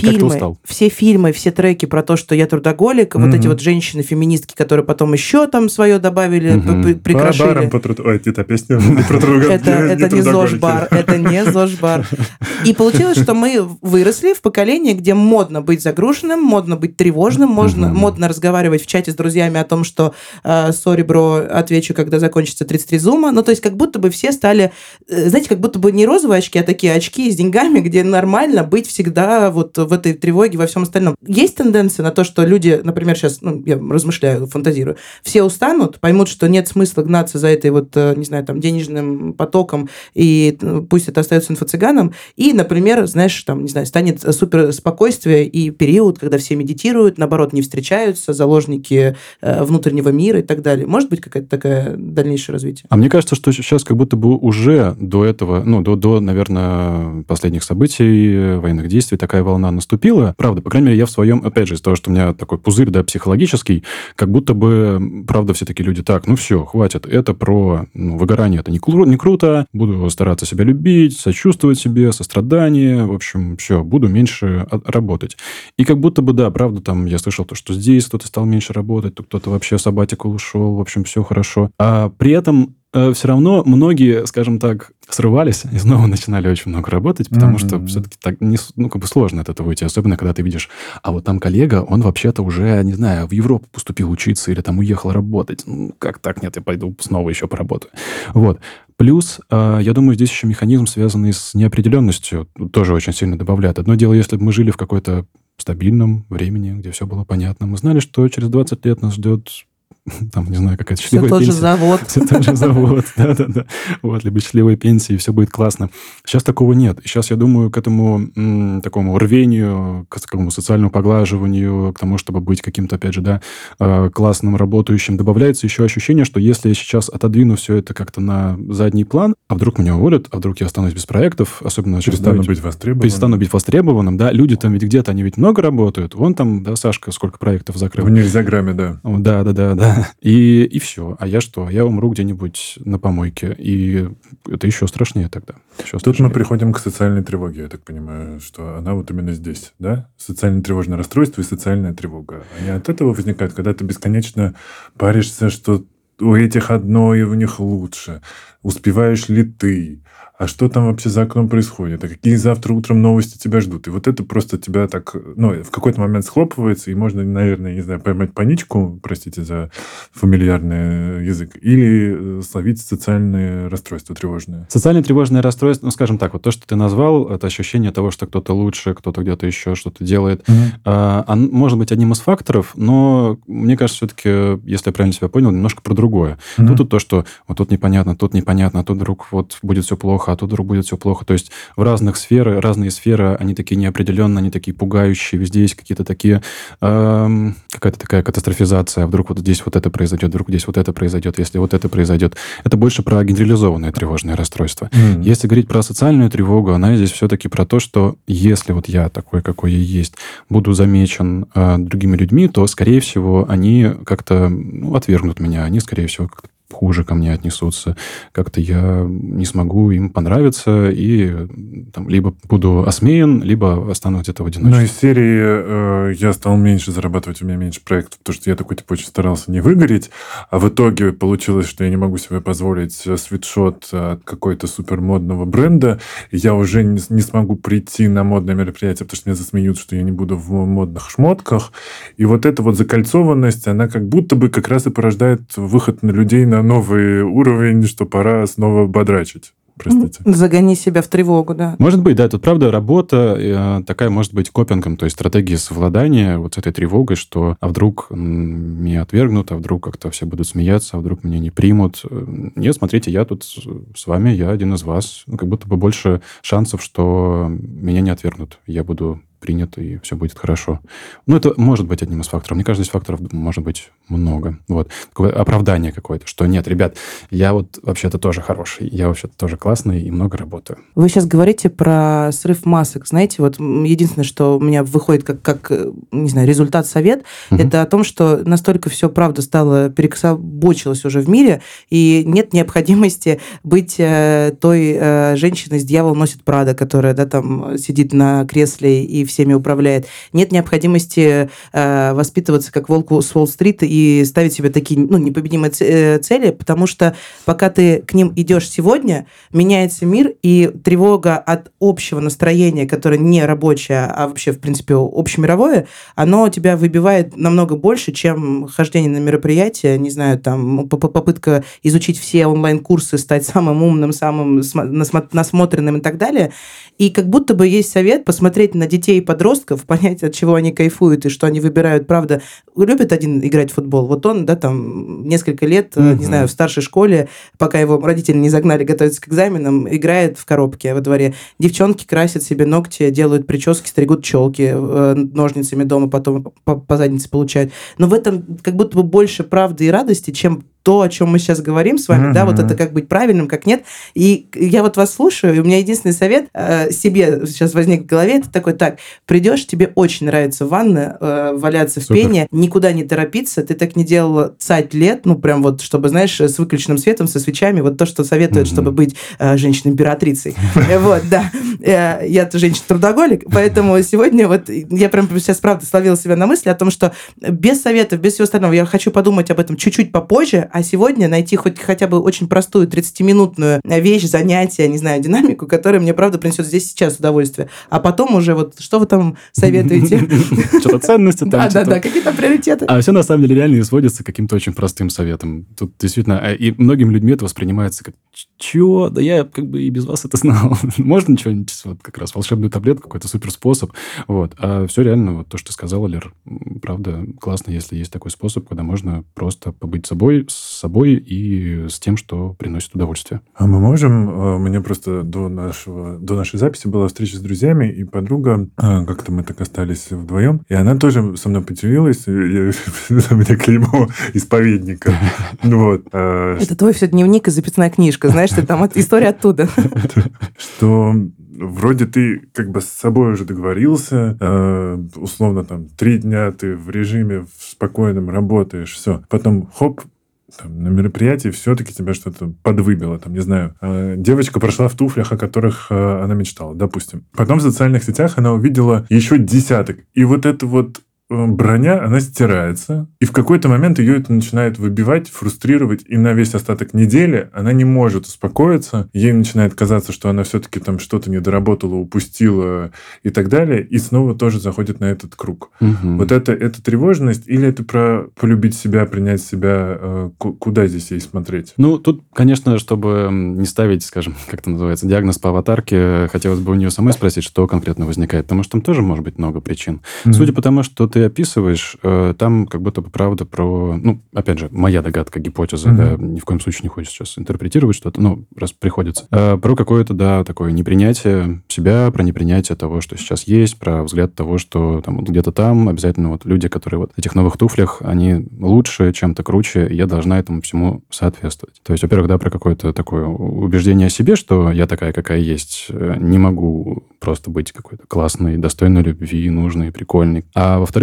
Все фильмы, все треки про то, что я трудоголик, вот эти вот женщины-феминистки, которые потом еще там свое добавили, прикрошили. Ой, это песня про трудоголиков. Это не ЗОЖ-бар, это не ЗОЖ-бар. И получилось, что мы выросли в поколении, где модно быть загруженным, модно быть тревожным, модно разговаривать в чате с друзьями о том, что «сори, бро, отвечу, когда закончится 33 зума». Ну, то есть как будто бы все стали, знаете, как будто бы не розовые очки, а такие очки с деньгами, где нормально быть всегда вот в этой тревоге, во всем остальном. Есть тенденция на то, что люди, например, сейчас, я размышляю, фантазирую, все устанут, поймут, что нет смысла гнаться за этой вот, не знаю, там, денежным потоком, и пусть это остается инфо-цыганом, и, например, знаешь, там, не знаю, станет супер спокойствие и период, когда все медитируют, наоборот, не встречаются, заложники внутреннего мира и так далее. Может быть, какая-то такая дальнейшее развитие? А мне кажется, что сейчас как будто бы уже до этого, до, наверное, последних событий, военных действий, такая волна наступила. Правда, по крайней мере, я в своем, опять же, из-за того, что у меня такой пузырь, да, психологический, как будто бы, правда, все такие люди, так, ну все, хватит, это про выгорание, это не круто, буду стараться себя любить, сочувствовать себе, сострадание, в общем, все, буду меньше работать. И как будто бы, да, правда, там я слышал то, что здесь кто-то стал меньше работать, то кто-то вообще в сабатикал ушел, в общем, все хорошо. А при этом все равно многие, скажем так, срывались и снова начинали очень много работать, потому что все-таки так сложно от этого выйти, особенно когда ты видишь, а вот там коллега, он вообще-то уже, не знаю, в Европу поступил учиться или там уехал работать. Как так? Нет, я пойду снова еще поработаю. Вот. Плюс, я думаю, здесь еще механизм, связанный с неопределенностью, тоже очень сильно добавляет. Одно дело, если бы мы жили в какой-то стабильном времени, где все было понятно, мы знали, что через 20 лет нас ждет там, не знаю, какая-то счастливая пенсия. Все тот же завод, да. Вот, либо счастливая пенсия, и все будет классно. Сейчас такого нет. Сейчас, я думаю, к этому такому рвению, к такому социальному поглаживанию, к тому, чтобы быть каким-то, опять же, да, классным, работающим, добавляется еще ощущение, что если я сейчас отодвину все это как-то на задний план, а вдруг меня уволят, а вдруг я останусь без проектов, особенно... Перестану быть востребованным, да. Люди там ведь где-то, они ведь много работают. Вон там, да, Сашка сколько проектов закрыл. В Нельзяграме, да. Да. И все. А я что? Я умру где-нибудь на помойке. И это еще страшнее тогда. Тут мы приходим к социальной тревоге, я так понимаю, что она вот именно здесь, да? Социально-тревожное расстройство и социальная тревога. Они от этого возникают, когда ты бесконечно паришься, что у этих одно, и у них лучше. Успеваешь ли ты? А что там вообще за окном происходит? А какие завтра утром новости тебя ждут? И вот это просто тебя так, в какой-то момент схлопывается, и можно, наверное, не знаю, поймать паничку, простите за фамильярный язык, или словить социальные расстройства тревожные. Социальное тревожное расстройство, скажем так, вот то, что ты назвал, это ощущение того, что кто-то лучше, кто-то где-то еще что-то делает, может быть одним из факторов, но мне кажется, все-таки, если я правильно себя понял, немножко про другое. Тут то, что вот тут непонятно, тут вдруг вот будет все плохо, а тут вдруг будет все плохо. То есть в разные сферы, они такие неопределенные, они такие пугающие, везде есть какие-то такие, какая-то такая катастрофизация, вдруг вот здесь вот это произойдет, вдруг здесь вот это произойдет, если вот это произойдет. Это больше про генерализованное тревожное расстройство. Если говорить про социальную тревогу, она здесь все-таки про то, что если вот я такой, какой я есть, буду замечен другими людьми, то, скорее всего, они как-то отвергнут меня, они, скорее всего, хуже ко мне отнесутся. Как-то я не смогу им понравиться и там, либо буду осмеян, либо останусь где-то в одиночестве. Ну, из серии я стал меньше зарабатывать, у меня меньше проектов, потому что я такой, типа, очень старался не выгореть, а в итоге получилось, что я не могу себе позволить свитшот от какой-то супермодного бренда, и я уже не смогу прийти на модное мероприятие, потому что меня засмеют, что я не буду в модных шмотках. И вот эта вот закольцованность, она как будто бы как раз и порождает выход на людей на новый уровень, что пора снова бодрачить. Простите. Загони себя в тревогу, да. Может быть, да, тут правда работа такая может быть копингом, то есть стратегия совладания вот с этой тревогой, что а вдруг меня отвергнут, а вдруг как-то все будут смеяться, а вдруг меня не примут. Нет, смотрите, я тут с вами, я один из вас. Как будто бы больше шансов, что меня не отвергнут. Я буду принят, и все будет хорошо. Ну, это может быть одним из факторов. Мне кажется, здесь факторов может быть много. Вот. Такое оправдание какое-то, что нет, ребят, я вот вообще-то тоже хороший, я вообще-то тоже классный и много работаю. Вы сейчас говорите про срыв масок. Знаете, вот единственное, что у меня выходит как не знаю, результат совет, это о том, что настолько все, правда, стало перекособочилось уже в мире, и нет необходимости быть той женщиной с «Дьявол носит Прада», которая, да, там сидит на кресле и всеми управляет. Нет необходимости воспитываться как волк с Уолл-стрит и ставить себе такие, ну, непобедимые цели, потому что пока ты к ним идешь сегодня, меняется мир, и тревога от общего настроения, которое не рабочее, а вообще, в принципе, общемировое, оно тебя выбивает намного больше, чем хождение на мероприятие, не знаю, там, попытка изучить все онлайн-курсы, стать самым умным, самым насмотренным и так далее. И как будто бы есть совет посмотреть на детей и подростков, понять, от чего они кайфуют и что они выбирают. Правда, любит один играть в футбол. Вот он, да, там, несколько лет, не знаю, в старшей школе, пока его родители не загнали готовиться к экзаменам, играет в коробке во дворе. Девчонки красят себе ногти, делают прически, стригут челки ножницами дома, потом по заднице получают. Но в этом как будто бы больше правды и радости, чем то, о чем мы сейчас говорим с вами, да, вот это как быть правильным, как нет. И я вот вас слушаю, и у меня единственный совет себе сейчас возник в голове, это такой, так, придешь, тебе очень нравится ванна, валяться в пене, никуда не торопиться, ты так не делала 5 лет, ну, прям вот, чтобы, знаешь, с выключенным светом, со свечами, вот то, что советуют, чтобы быть женщиной-императрицей. Вот, да. Я-то женщина-трудоголик, поэтому сегодня вот я прям сейчас, правда, словила себя на мысли о том, что без советов, без всего остального, я хочу подумать об этом чуть-чуть попозже, а сегодня найти хотя бы очень простую 30-минутную вещь, занятие, не знаю, динамику, которая мне, правда, принесет здесь сейчас удовольствие. А потом уже вот, что вы там советуете? Что-то ценности там. Да, какие там приоритеты. А все, на самом деле, реально сводится к каким-то очень простым советам. Тут действительно, и многими людьми это воспринимается как, чего? Да я как бы и без вас это знал. Можно что-нибудь, вот как раз волшебную таблетку, какой-то суперспособ. Вот. А все реально, вот то, что ты сказала, Лер, правда, классно, если есть такой способ, когда можно просто побыть с собой и с тем, что приносит удовольствие. А мы можем... У меня просто до нашей записи была встреча с друзьями, и подруга, как-то мы так остались вдвоем, и она тоже со мной поделилась, у меня клеймо исповедника. Вот. Это твой все дневник и записная книжка, знаешь, ты там история оттуда. Что... Вроде ты как бы с собой уже договорился, условно, там, 3 дня ты в режиме в спокойном работаешь, все. Потом, хоп, там, на мероприятии все-таки тебя что-то подвыбило, там, не знаю. Девочка прошла в туфлях, о которых она мечтала, допустим. Потом в социальных сетях она увидела еще десяток. И вот это вот броня, она стирается, и в какой-то момент ее это начинает выбивать, фрустрировать, и на весь остаток недели она не может успокоиться, ей начинает казаться, что она все-таки там что-то недоработала, упустила и так далее, и снова тоже заходит на этот круг. Вот это тревожность, или это про полюбить себя, принять себя, куда здесь ей смотреть? Ну, тут, конечно, чтобы не ставить, скажем, как это называется, диагноз по аватарке, хотелось бы у нее самой спросить, что конкретно возникает, потому что там тоже может быть много причин. Судя по тому, что ты описываешь, там как будто бы правда про... Ну, опять же, моя догадка, гипотеза, да, ни в коем случае не хочется сейчас интерпретировать что-то, ну, раз приходится. Про какое-то, да, такое непринятие себя, про непринятие того, что сейчас есть, про взгляд того, что там вот где-то там обязательно вот люди, которые вот в этих новых туфлях, они лучше, чем-то круче, и я должна этому всему соответствовать. То есть, во-первых, да, про какое-то такое убеждение о себе, что я такая, какая есть, не могу просто быть какой-то классной, достойной любви, нужной, прикольной. А во-вторых,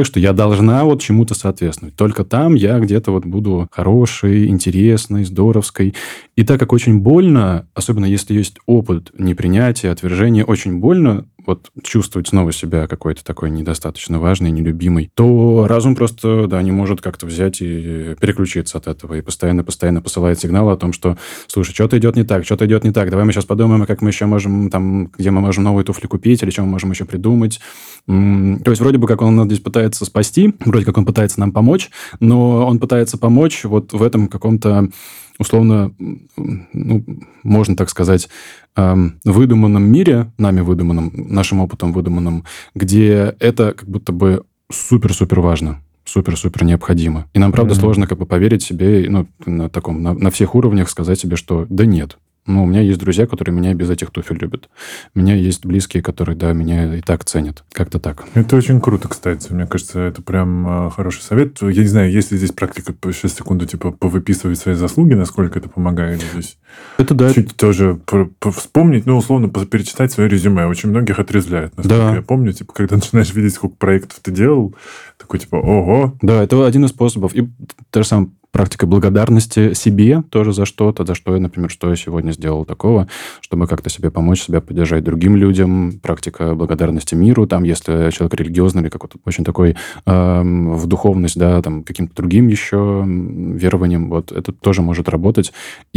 условиях, что я должна вот чему-то соответствовать. Только там я где-то вот буду хорошей, интересной, здоровской. И так как очень больно, особенно если есть опыт непринятия, отвержения, очень больно вот чувствовать снова себя какой-то такой недостаточно важный, нелюбимый, то разум просто, да, не может как-то взять и переключиться от этого. И постоянно посылает сигналы о том, что, слушай, что-то идет не так, давай мы сейчас подумаем, как мы еще можем, там, где мы можем новые туфли купить, или что мы можем еще придумать. То есть, вроде бы как он нас здесь пытается спасти, вроде как он пытается нам помочь, но он пытается помочь вот в этом каком-то условно, ну, можно так сказать, выдуманном мире, нами выдуманном, нашим опытом выдуманном, где это как будто бы супер-супер важно, супер-супер необходимо. И нам, правда, сложно как бы поверить себе, ну, на всех уровнях сказать себе, что да нет. Ну, у меня есть друзья, которые меня без этих туфель любят. У меня есть близкие, которые, да, меня и так ценят. Как-то так. Это очень круто, кстати. Мне кажется, это прям хороший совет. Я не знаю, есть ли здесь практика, сейчас секунду, типа, повыписывать свои заслуги, насколько это помогает здесь. Это да. Чуть тоже вспомнить, ну, условно, перечитать свое резюме. Очень многих отрезвляет. Насколько я помню, типа, когда начинаешь видеть, сколько проектов ты делал, такой, типа, ого. Да, это один из способов. И та же самая практика благодарности себе тоже за что-то, за что я, например, что я сегодня сделал такого, чтобы как-то себе помочь, себя поддержать другим людям. Практика благодарности миру, там, если человек религиозный или какой-то очень такой в духовность, да, там, каким-то другим еще верованием, вот это тоже может работать.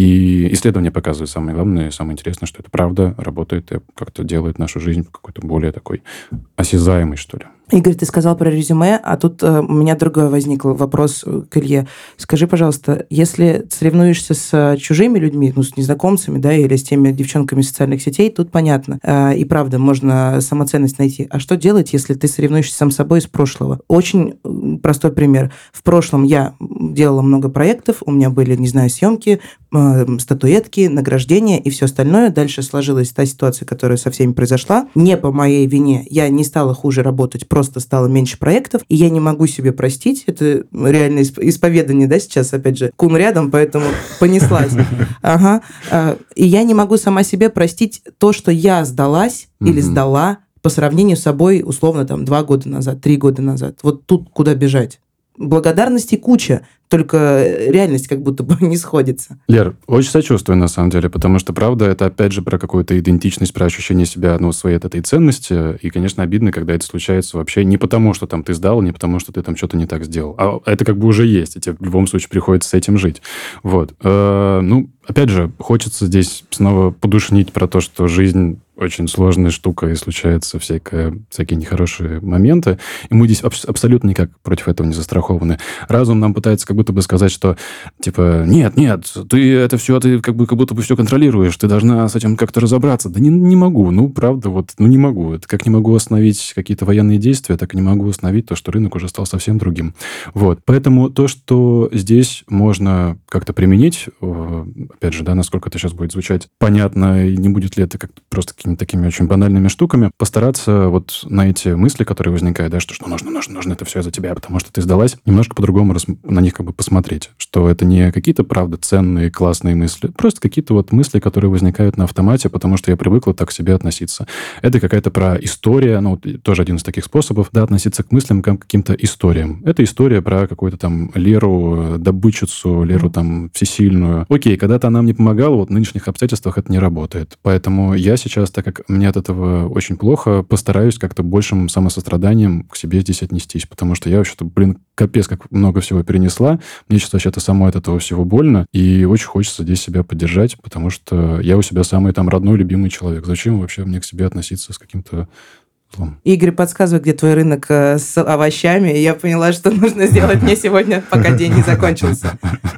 И исследования показывают самое главное, самое интересное, что это правда работает и как-то делает нашу жизнь какой-то более такой осязаемой, что ли. Игорь, ты сказал про резюме, а тут у меня другой возник вопрос к Илье. Скажи, пожалуйста, если соревнуешься с чужими людьми, ну, с незнакомцами, да, или с теми девчонками из социальных сетей, тут понятно. И правда, можно самоценность найти. А что делать, если ты соревнуешься сам собой из прошлого? Очень простой пример. В прошлом я делала много проектов, у меня были, не знаю, съемки, статуэтки, награждения и все остальное. Дальше сложилась та ситуация, которая со всеми произошла. Не по моей вине. Я не стала хуже работать, просто стало меньше проектов, и я не могу себе простить. Это реально исповедание, да, сейчас, опять же, кум рядом, поэтому понеслась. Ага. И я не могу сама себе простить то, что я сдалась или сдала по сравнению с собой, условно, там, 2 года назад, 3 года назад. Вот тут куда бежать? Благодарности куча, только реальность как будто бы не сходится. Лер, очень сочувствую, на самом деле, потому что, правда, это, опять же, про какую-то идентичность, про ощущение себя, ну, своей этой ценности, и, конечно, обидно, когда это случается вообще не потому, что там ты сдал, не потому, что ты там что-то не так сделал, а это как бы уже есть, и тебе в любом случае приходится с этим жить. Вот. Ну, опять же, хочется здесь снова подушнить про то, что жизнь очень сложная штука, и случаются всякие нехорошие моменты. И мы здесь абсолютно никак против этого не застрахованы. Разум нам пытается как будто бы сказать, что, типа, нет, ты это все, ты как будто бы все контролируешь, ты должна с этим как-то разобраться. Да не могу, ну, правда, вот, ну, не могу. Это как не могу остановить какие-то военные действия, так и не могу остановить то, что рынок уже стал совсем другим. Вот. Поэтому то, что здесь можно как-то применить, опять же, да, насколько это сейчас будет звучать понятно, и не будет ли это как-то просто такими очень банальными штуками, постараться вот на эти мысли, которые возникают, да, что нужно это все за тебя, потому что ты сдалась, немножко по-другому на них как бы посмотреть, что это не какие-то, правда, ценные, классные мысли, просто какие-то вот мысли, которые возникают на автомате, потому что я привыкла так к себе относиться. Это какая-то про история, ну, тоже один из таких способов, да, относиться к мыслям как к каким-то историям. Это история про какую-то там Леру, добытчицу, Леру там всесильную. Окей, когда-то она мне помогала, вот в нынешних обстоятельствах это не работает. Поэтому я сейчас, так как мне от этого очень плохо, постараюсь как-то большим самосостраданием к себе здесь отнестись, потому что я вообще-то, капец, как много всего перенесла. Мне сейчас вообще-то самой от этого всего больно, и очень хочется здесь себя поддержать, потому что я у себя самый там родной, любимый человек. Зачем вообще мне к себе относиться с каким-то злом? Игорь, подсказывай, где твой рынок с овощами, и я поняла, что нужно сделать мне сегодня, пока день не закончился.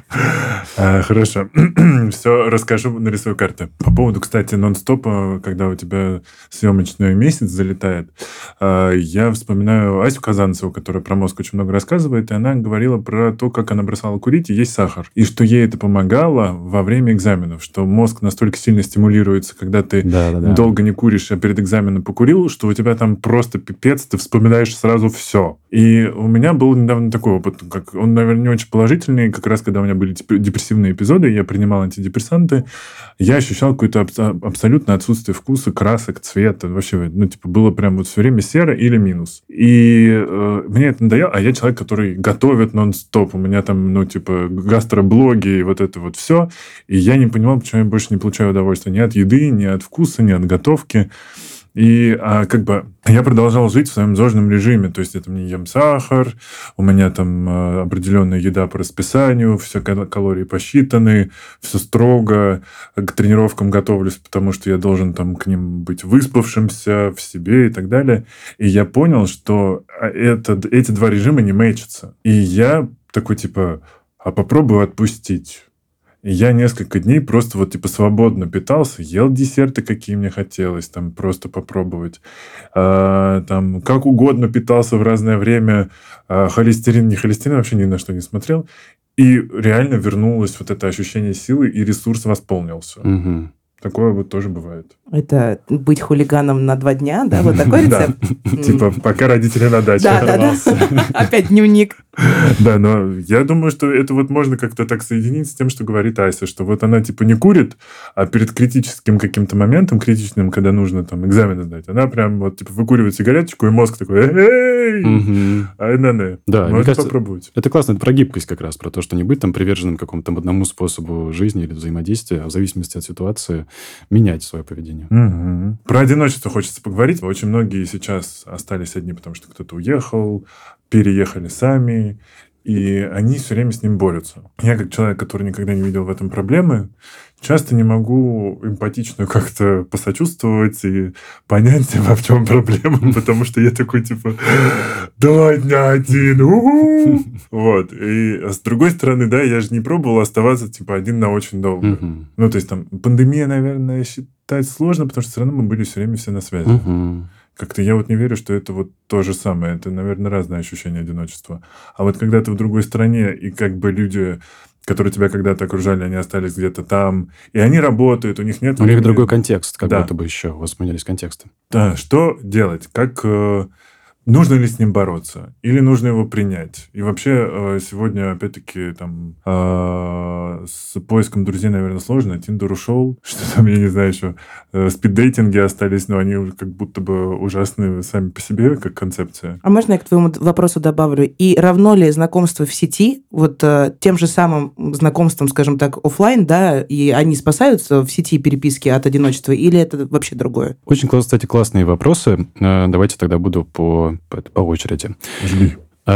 Хорошо. Все расскажу, нарисую карты. По поводу, кстати, нон-стопа, когда у тебя съемочный месяц залетает, я вспоминаю Асю Казанцеву, которая про мозг очень много рассказывает, и она говорила про то, как она бросала курить и есть сахар. И что ей это помогало во время экзаменов, что мозг настолько сильно стимулируется, когда ты долго не куришь, а перед экзаменом покурил, что у тебя там просто пипец, ты вспоминаешь сразу все. И у меня был недавно такой опыт, как он, наверное, не очень положительный. Как раз, когда у меня были депрессивные эпизоды, я принимал антидепрессанты, я ощущал какое-то абсолютное отсутствие вкуса, красок, цвета. Вообще, было прям вот все время серо или минус. И мне это надоело. А я человек, который готовит нон-стоп. У меня там, гастроблоги и вот это вот все. И я не понимал, почему я больше не получаю удовольствия ни от еды, ни от вкуса, ни от готовки. И я продолжал жить в своем зожном режиме. То есть, это не ем сахар, у меня там определенная еда по расписанию, все калории посчитаны, все строго, к тренировкам готовлюсь, потому что я должен там к ним быть выспавшимся в себе и так далее. И я понял, что эти два режима не мэчатся. И я такой, попробую отпустить. И я несколько дней просто свободно питался, ел десерты, какие мне хотелось, там просто попробовать. Там как угодно питался в разное время. Холестерин, не холестерин, вообще ни на что не смотрел. И реально вернулось вот это ощущение силы, и ресурс восполнился. Угу. Такое вот тоже бывает. Это быть хулиганом на 2 дня, да? Вот такой рецепт? Пока родители на даче. Да. Опять дневник. Да, но я думаю, что это вот можно как-то так соединить с тем, что говорит Ася, что вот она не курит, а перед критическим каким-то моментом, критичным, когда нужно там экзамены сдать, она прям выкуривает сигареточку, и мозг такой, эй, да, можно попробовать. Это классно, это про гибкость как раз, про то, что не быть там приверженным какому-то одному способу жизни или взаимодействия, а в зависимости от ситуации менять свое поведение. Угу. Про одиночество хочется поговорить. Очень многие сейчас остались одни, потому что кто-то уехал, переехали сами, и они все время с ним борются. Я, как человек, который никогда не видел в этом проблемы, часто не могу эмпатично как-то посочувствовать и понять, в чем проблема, потому что я такой, 2 дня один, Вот. И с другой стороны, да, я же не пробовал оставаться, один на очень долго. Ну, то есть, там, пандемия, наверное, считать сложно, потому что все равно мы были все время все на связи. Как-то я не верю, что это то же самое. Это, наверное, разное ощущение одиночества. А вот когда ты в другой стране, и люди, которые тебя когда-то окружали, они остались где-то там, и они работают, у них нет... У них другой контекст, как будто бы еще. У вас сменились контексты. Да, что делать? Нужно ли с ним бороться? Или нужно его принять? И вообще, сегодня, опять-таки, с поиском друзей, наверное, сложно. Тиндер ушел. Что там, я не знаю, еще спиддейтинги остались, но они уже как будто бы ужасны сами по себе, как концепция. А можно я к твоему вопросу добавлю? И равно ли знакомство в сети, тем же самым знакомством, скажем так, офлайн, да, и они спасаются в сети переписки от одиночества, или это вообще другое? Очень, кстати, классные вопросы. Давайте тогда буду по очереди. Жги.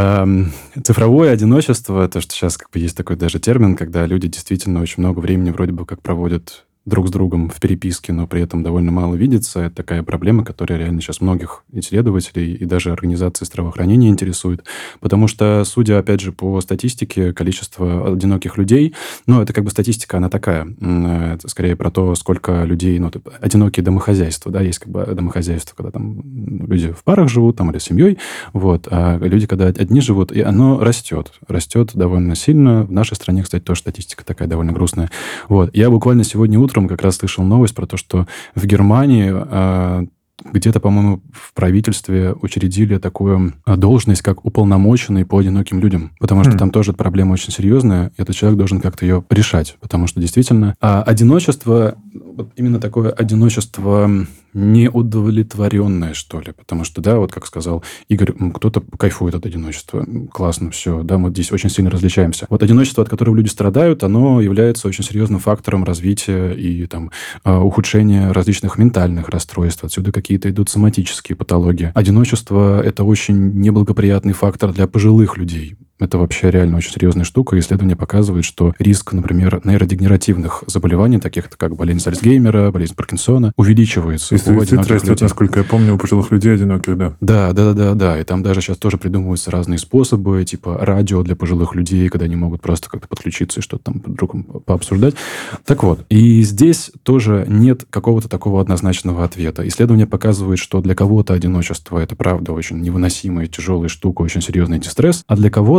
Цифровое одиночество, это что сейчас есть такой даже термин, когда люди действительно очень много времени вроде бы как проводят друг с другом в переписке, но при этом довольно мало видится. Это такая проблема, которая реально сейчас многих исследователей и даже организаций здравоохранения интересует. Потому что, судя, опять же, по статистике, количество одиноких людей, это статистика, она такая. Это скорее про то, сколько людей, одинокие домохозяйства, да, есть домохозяйство, когда там люди в парах живут, там, или с семьей, а люди, когда одни живут, и оно растет довольно сильно. В нашей стране, кстати, тоже статистика такая довольно грустная. Я буквально сегодня утром как раз слышал новость про то, что в Германии где-то, по-моему, в правительстве учредили такую должность, как уполномоченный по одиноким людям. Потому что там тоже проблема очень серьезная, и этот человек должен как-то ее решать. Потому что действительно одиночество, именно такое одиночество неудовлетворенное, что ли. Потому что, да, как сказал Игорь, кто-то кайфует от одиночества. Классно, все, да, мы здесь очень сильно различаемся. Одиночество, от которого люди страдают, оно является очень серьезным фактором развития и ухудшения различных ментальных расстройств. Отсюда какие-то идут соматические патологии. Одиночество – это очень неблагоприятный фактор для пожилых людей. Это вообще реально очень серьезная штука. Исследования показывают, что риск, например, нейродегенеративных заболеваний, таких как болезнь Альцгеймера, болезнь Паркинсона, увеличивается. И суицид растет, насколько я помню, у пожилых людей одиноких, да. Да. И там даже сейчас тоже придумываются разные способы, типа радио для пожилых людей, когда они могут просто как-то подключиться и что-то там друг другом пообсуждать. Так вот, и здесь тоже нет какого-то такого однозначного ответа. Исследования показывают, что для кого-то одиночество – это, правда, очень невыносимая, тяжелая штука, очень серьезный дистресс, а для кого-то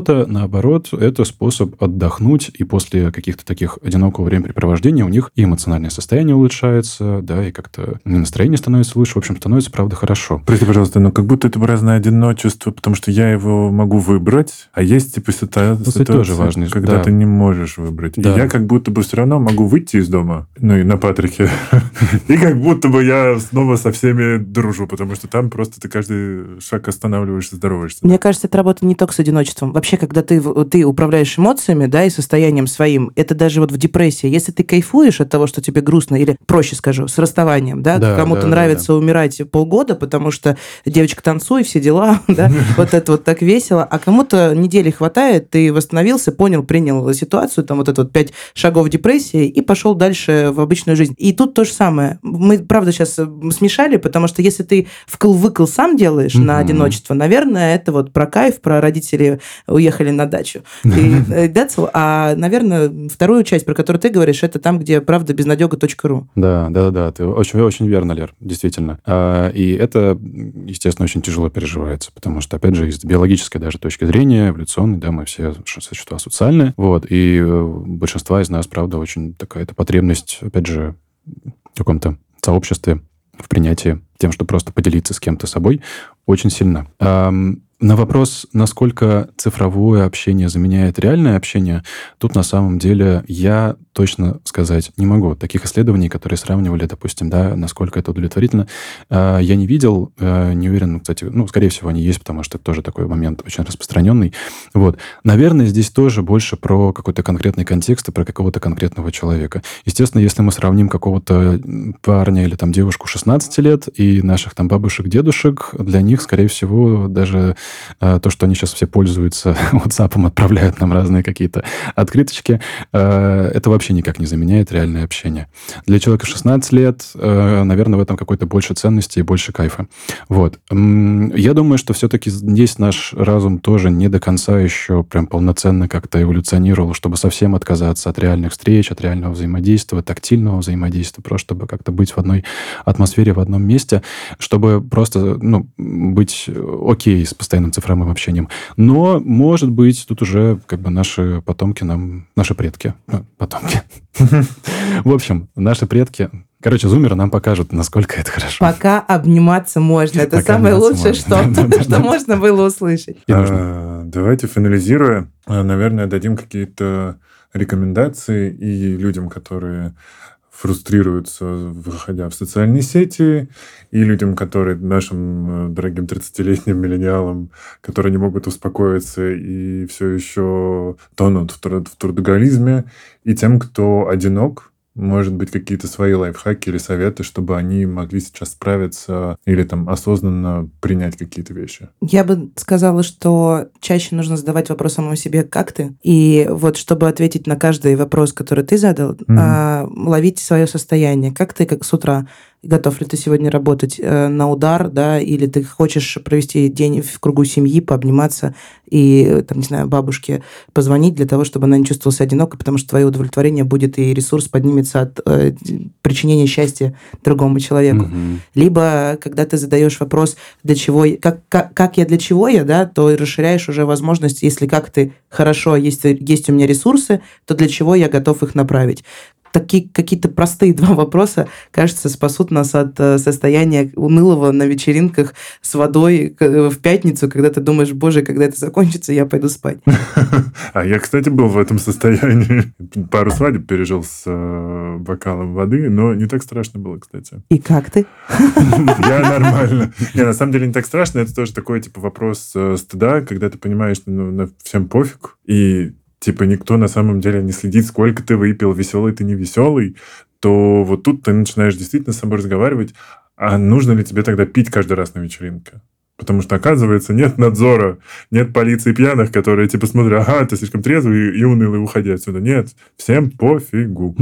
кого-то, наоборот, это способ отдохнуть, и после каких-то таких одинокого времяпрепровождения у них и эмоциональное состояние улучшается, да, и как-то настроение становится лучше. В общем, становится, правда, хорошо. Прости, пожалуйста, но как будто это разное одиночество, потому что я его могу выбрать, а есть типа ситуация, тоже важно, когда ты не можешь выбрать. Да. И я как будто бы все равно могу выйти из дома, ну и на Патрике, и как будто бы я снова со всеми дружу, потому что там просто ты каждый шаг останавливаешься, здороваешься. Мне кажется, это работает не только с одиночеством. Вообще, когда ты управляешь эмоциями, да, и состоянием своим, это даже вот в депрессии. Если ты кайфуешь от того, что тебе грустно, или, проще скажу, с расставанием, да, кому-то нравится умирать полгода, потому что девочка танцуй, все дела, да, вот это вот так весело, а кому-то недели хватает, ты восстановился, понял, принял ситуацию, там вот это вот 5 шагов депрессии и пошел дальше в обычную жизнь. И тут то же самое. Мы, правда, сейчас смешали, потому что если ты вкл-выкл сам делаешь на одиночество, наверное, это вот про кайф, про родители уехали на дачу. А, наверное, вторую часть, про которую ты говоришь, это там, где правда безнадега.ру. Да, ты очень верно, Лер, действительно. И это, естественно, очень тяжело переживается, потому что, опять же, из биологической даже точки зрения, эволюционной, да, мы все существа социальные, вот, и большинство из нас, правда, очень такая эта потребность, опять же, в каком-то сообществе, в принятии тем, что просто поделиться с кем-то собой, очень сильно. На вопрос, насколько цифровое общение заменяет реальное общение, тут на самом деле я точно сказать не могу. Таких исследований, которые сравнивали, допустим, да, насколько это удовлетворительно, я не видел, не уверен, кстати, скорее всего, они есть, потому что это тоже такой момент очень распространенный. Вот. Наверное, здесь тоже больше про какой-то конкретный контекст и про какого-то конкретного человека. Естественно, если мы сравним какого-то парня или там девушку 16 лет и наших там бабушек, дедушек, для них, скорее всего, даже то, что они сейчас все пользуются WhatsApp, отправляют нам разные какие-то открыточки, это вообще никак не заменяет реальное общение. Для человека 16 лет, наверное, в этом какой-то больше ценности и больше кайфа. Вот. Я думаю, что все-таки здесь наш разум тоже не до конца еще прям полноценно как-то эволюционировал, чтобы совсем отказаться от реальных встреч, от реального взаимодействия, тактильного взаимодействия, просто чтобы как-то быть в одной атмосфере, в одном месте, чтобы просто быть окей с постоянным цифровым общением. Но, может быть, тут уже как бы наши потомки наши предки. Потомки. В общем, наши предки... Короче, зумеры нам покажут, насколько это хорошо. Пока обниматься можно. Это самое лучшее, что можно было услышать. Давайте, финализируя, наверное, дадим какие-то рекомендации и людям, которые фрустрируются, выходя в социальные сети, и людям, которые, нашим дорогим 30-летним миллениалам, которые не могут успокоиться и все еще тонут в трудоголизме, и тем, кто одинок, может быть, какие-то свои лайфхаки или советы, чтобы они могли сейчас справиться или там осознанно принять какие-то вещи? Я бы сказала, что чаще нужно задавать вопрос самому себе «как ты?». И вот чтобы ответить на каждый вопрос, который ты задал, ловить свое состояние. Как ты, как с утра? Готов ли ты сегодня работать на удар, да, или ты хочешь провести день в кругу семьи, пообниматься и, там, не знаю, бабушке позвонить для того, чтобы она не чувствовала себя одинокой, потому что твое удовлетворение будет и ресурс поднимется от причинения счастья другому человеку. Либо, когда ты задаешь вопрос, для чего, как я, для чего я, да, то расширяешь уже возможность, если как ты хорошо, есть у меня ресурсы, то для чего я готов их направить. Такие какие-то простые два вопроса, кажется, спасут нас от состояния унылого на вечеринках с водой в пятницу, когда ты думаешь, боже, когда это закончится, я пойду спать. А я, кстати, был в этом состоянии. Пару свадеб пережил с бокалом воды, но не так страшно было, кстати. И как ты? Я нормально. Не, на самом деле не так страшно. Это тоже такой, типа, вопрос стыда, когда ты понимаешь, что всем пофиг, и типа никто на самом деле не следит, сколько ты выпил, веселый ты, не веселый, то вот тут ты начинаешь действительно с собой разговаривать, а нужно ли тебе тогда пить каждый раз на вечеринке? Потому что, оказывается, нет надзора, нет полиции пьяных, которые типа смотрят, ага, ты слишком трезвый и унылый, уходи отсюда. Нет, всем пофигу.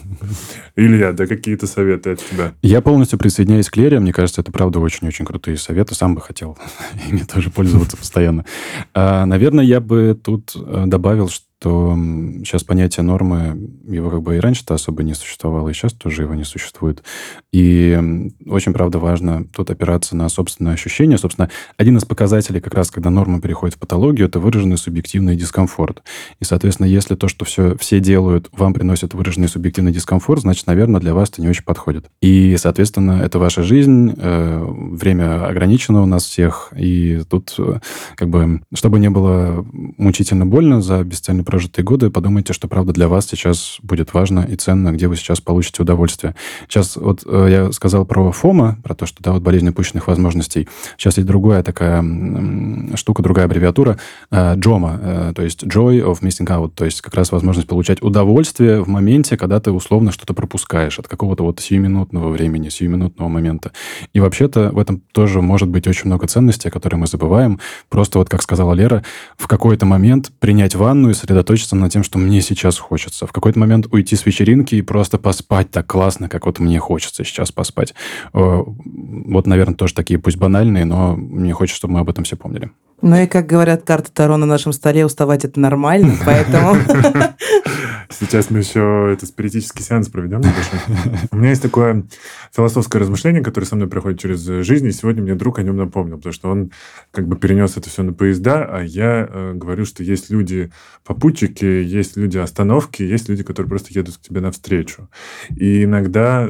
Илья, да какие-то советы от тебя? Я полностью присоединяюсь к Лере. Мне кажется, это правда очень-очень крутые советы. Сам бы хотел ими тоже пользоваться постоянно. Наверное, я бы тут добавил, что что сейчас понятие нормы, его как бы и раньше-то особо не существовало, и сейчас тоже его не существует. И очень, правда, важно тут опираться на собственное ощущение. Собственно, один из показателей как раз, когда норма переходит в патологию, это выраженный субъективный дискомфорт. И, соответственно, если то, что все делают, вам приносит выраженный субъективный дискомфорт, значит, наверное, для вас это не очень подходит. И, соответственно, это ваша жизнь, время ограничено у нас всех, и тут как бы, чтобы не было мучительно больно за бесцельно прожитые годы, подумайте, что, правда, для вас сейчас будет важно и ценно, где вы сейчас получите удовольствие. Сейчас вот я сказал про FOMO, про то, что, да, вот болезнь упущенных возможностей. Сейчас есть другая такая штука, другая аббревиатура, JOMO, то есть Joy of Missing Out, то есть как раз возможность получать удовольствие в моменте, когда ты условно что-то пропускаешь от какого-то вот сиюминутного времени, сиюминутного момента. И вообще-то в этом тоже может быть очень много ценностей, о которых мы забываем. Просто вот, как сказала Лера, в какой-то момент принять ванну и сосредоточиться на тем, что мне сейчас хочется. В какой-то момент уйти с вечеринки и просто поспать так классно, как вот мне хочется сейчас поспать. Вот, наверное, тоже такие, пусть банальные, но мне хочется, чтобы мы об этом все помнили. Ну и, как говорят карты Таро на нашем столе, уставать это нормально, поэтому... Сейчас мы еще это спиритический сеанс проведем небольшой. У меня есть такое философское размышление, которое со мной проходит через жизнь, и сегодня мне друг о нем напомнил, потому что он как бы перенес это все на поезда, а я говорю, что есть люди-попутчики, есть люди-остановки, есть люди, которые просто едут к тебе навстречу. И иногда...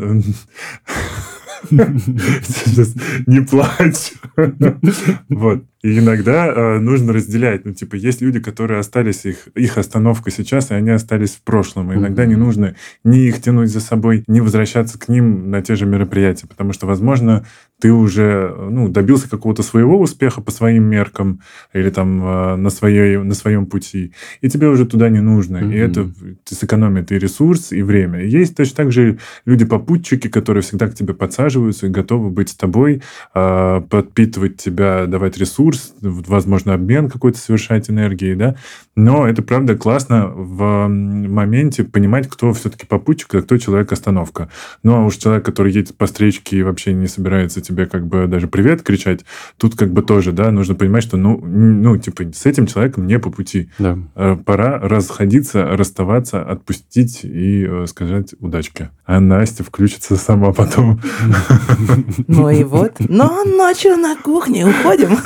Сейчас не плачь. Вот. И иногда нужно разделять. Ну, типа, есть люди, которые остались, их остановка сейчас, и они остались в прошлом. И иногда не нужно ни их тянуть за собой, ни возвращаться к ним на те же мероприятия. Потому что, возможно, ты уже добился какого-то своего успеха по своим меркам или там на своем пути, и тебе уже туда не нужно. И это сэкономит и ресурс, и время. И есть точно так же люди-попутчики, которые всегда к тебе подсаживаются и готовы быть с тобой, подпитывать тебя, давать ресурс, возможно, обмен какой-то совершать энергией, да. Но это, правда, классно в моменте понимать, кто все-таки попутчик, а кто человек-остановка. Ну, а уж человек, который едет по встречке и вообще не собирается тебе как бы даже привет кричать, тут как бы тоже, да, нужно понимать, что, типа, с этим человеком не по пути. Да. Пора расходиться, расставаться, отпустить и сказать удачки. А Настя включится сама потом. Ну и вот. Но ночью на кухне уходим.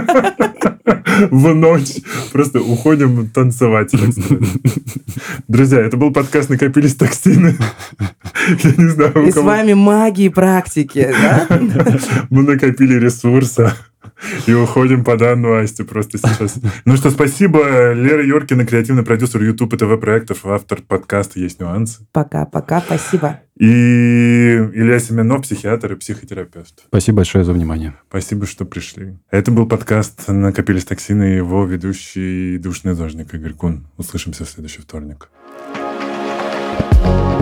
В ночь. Просто уходим танцевать, так сказать. Друзья, это был подкаст «Накопились токсины». Я не знаю, у кого... И с вами маги и практики, да? Мы накопили ресурса. И уходим под Анну Асти просто сейчас. Ну что, спасибо. Лера Йоркина, креативный продюсер YouTube и ТВ-проектов, автор подкаста «Есть нюансы». Пока-пока, спасибо. И Илья Семенов, психиатр и психотерапевт. Спасибо большое за внимание. Спасибо, что пришли. Это был подкаст «Накопились токсины» и его ведущий душный зожник Игорь Кун. Услышимся в следующий вторник.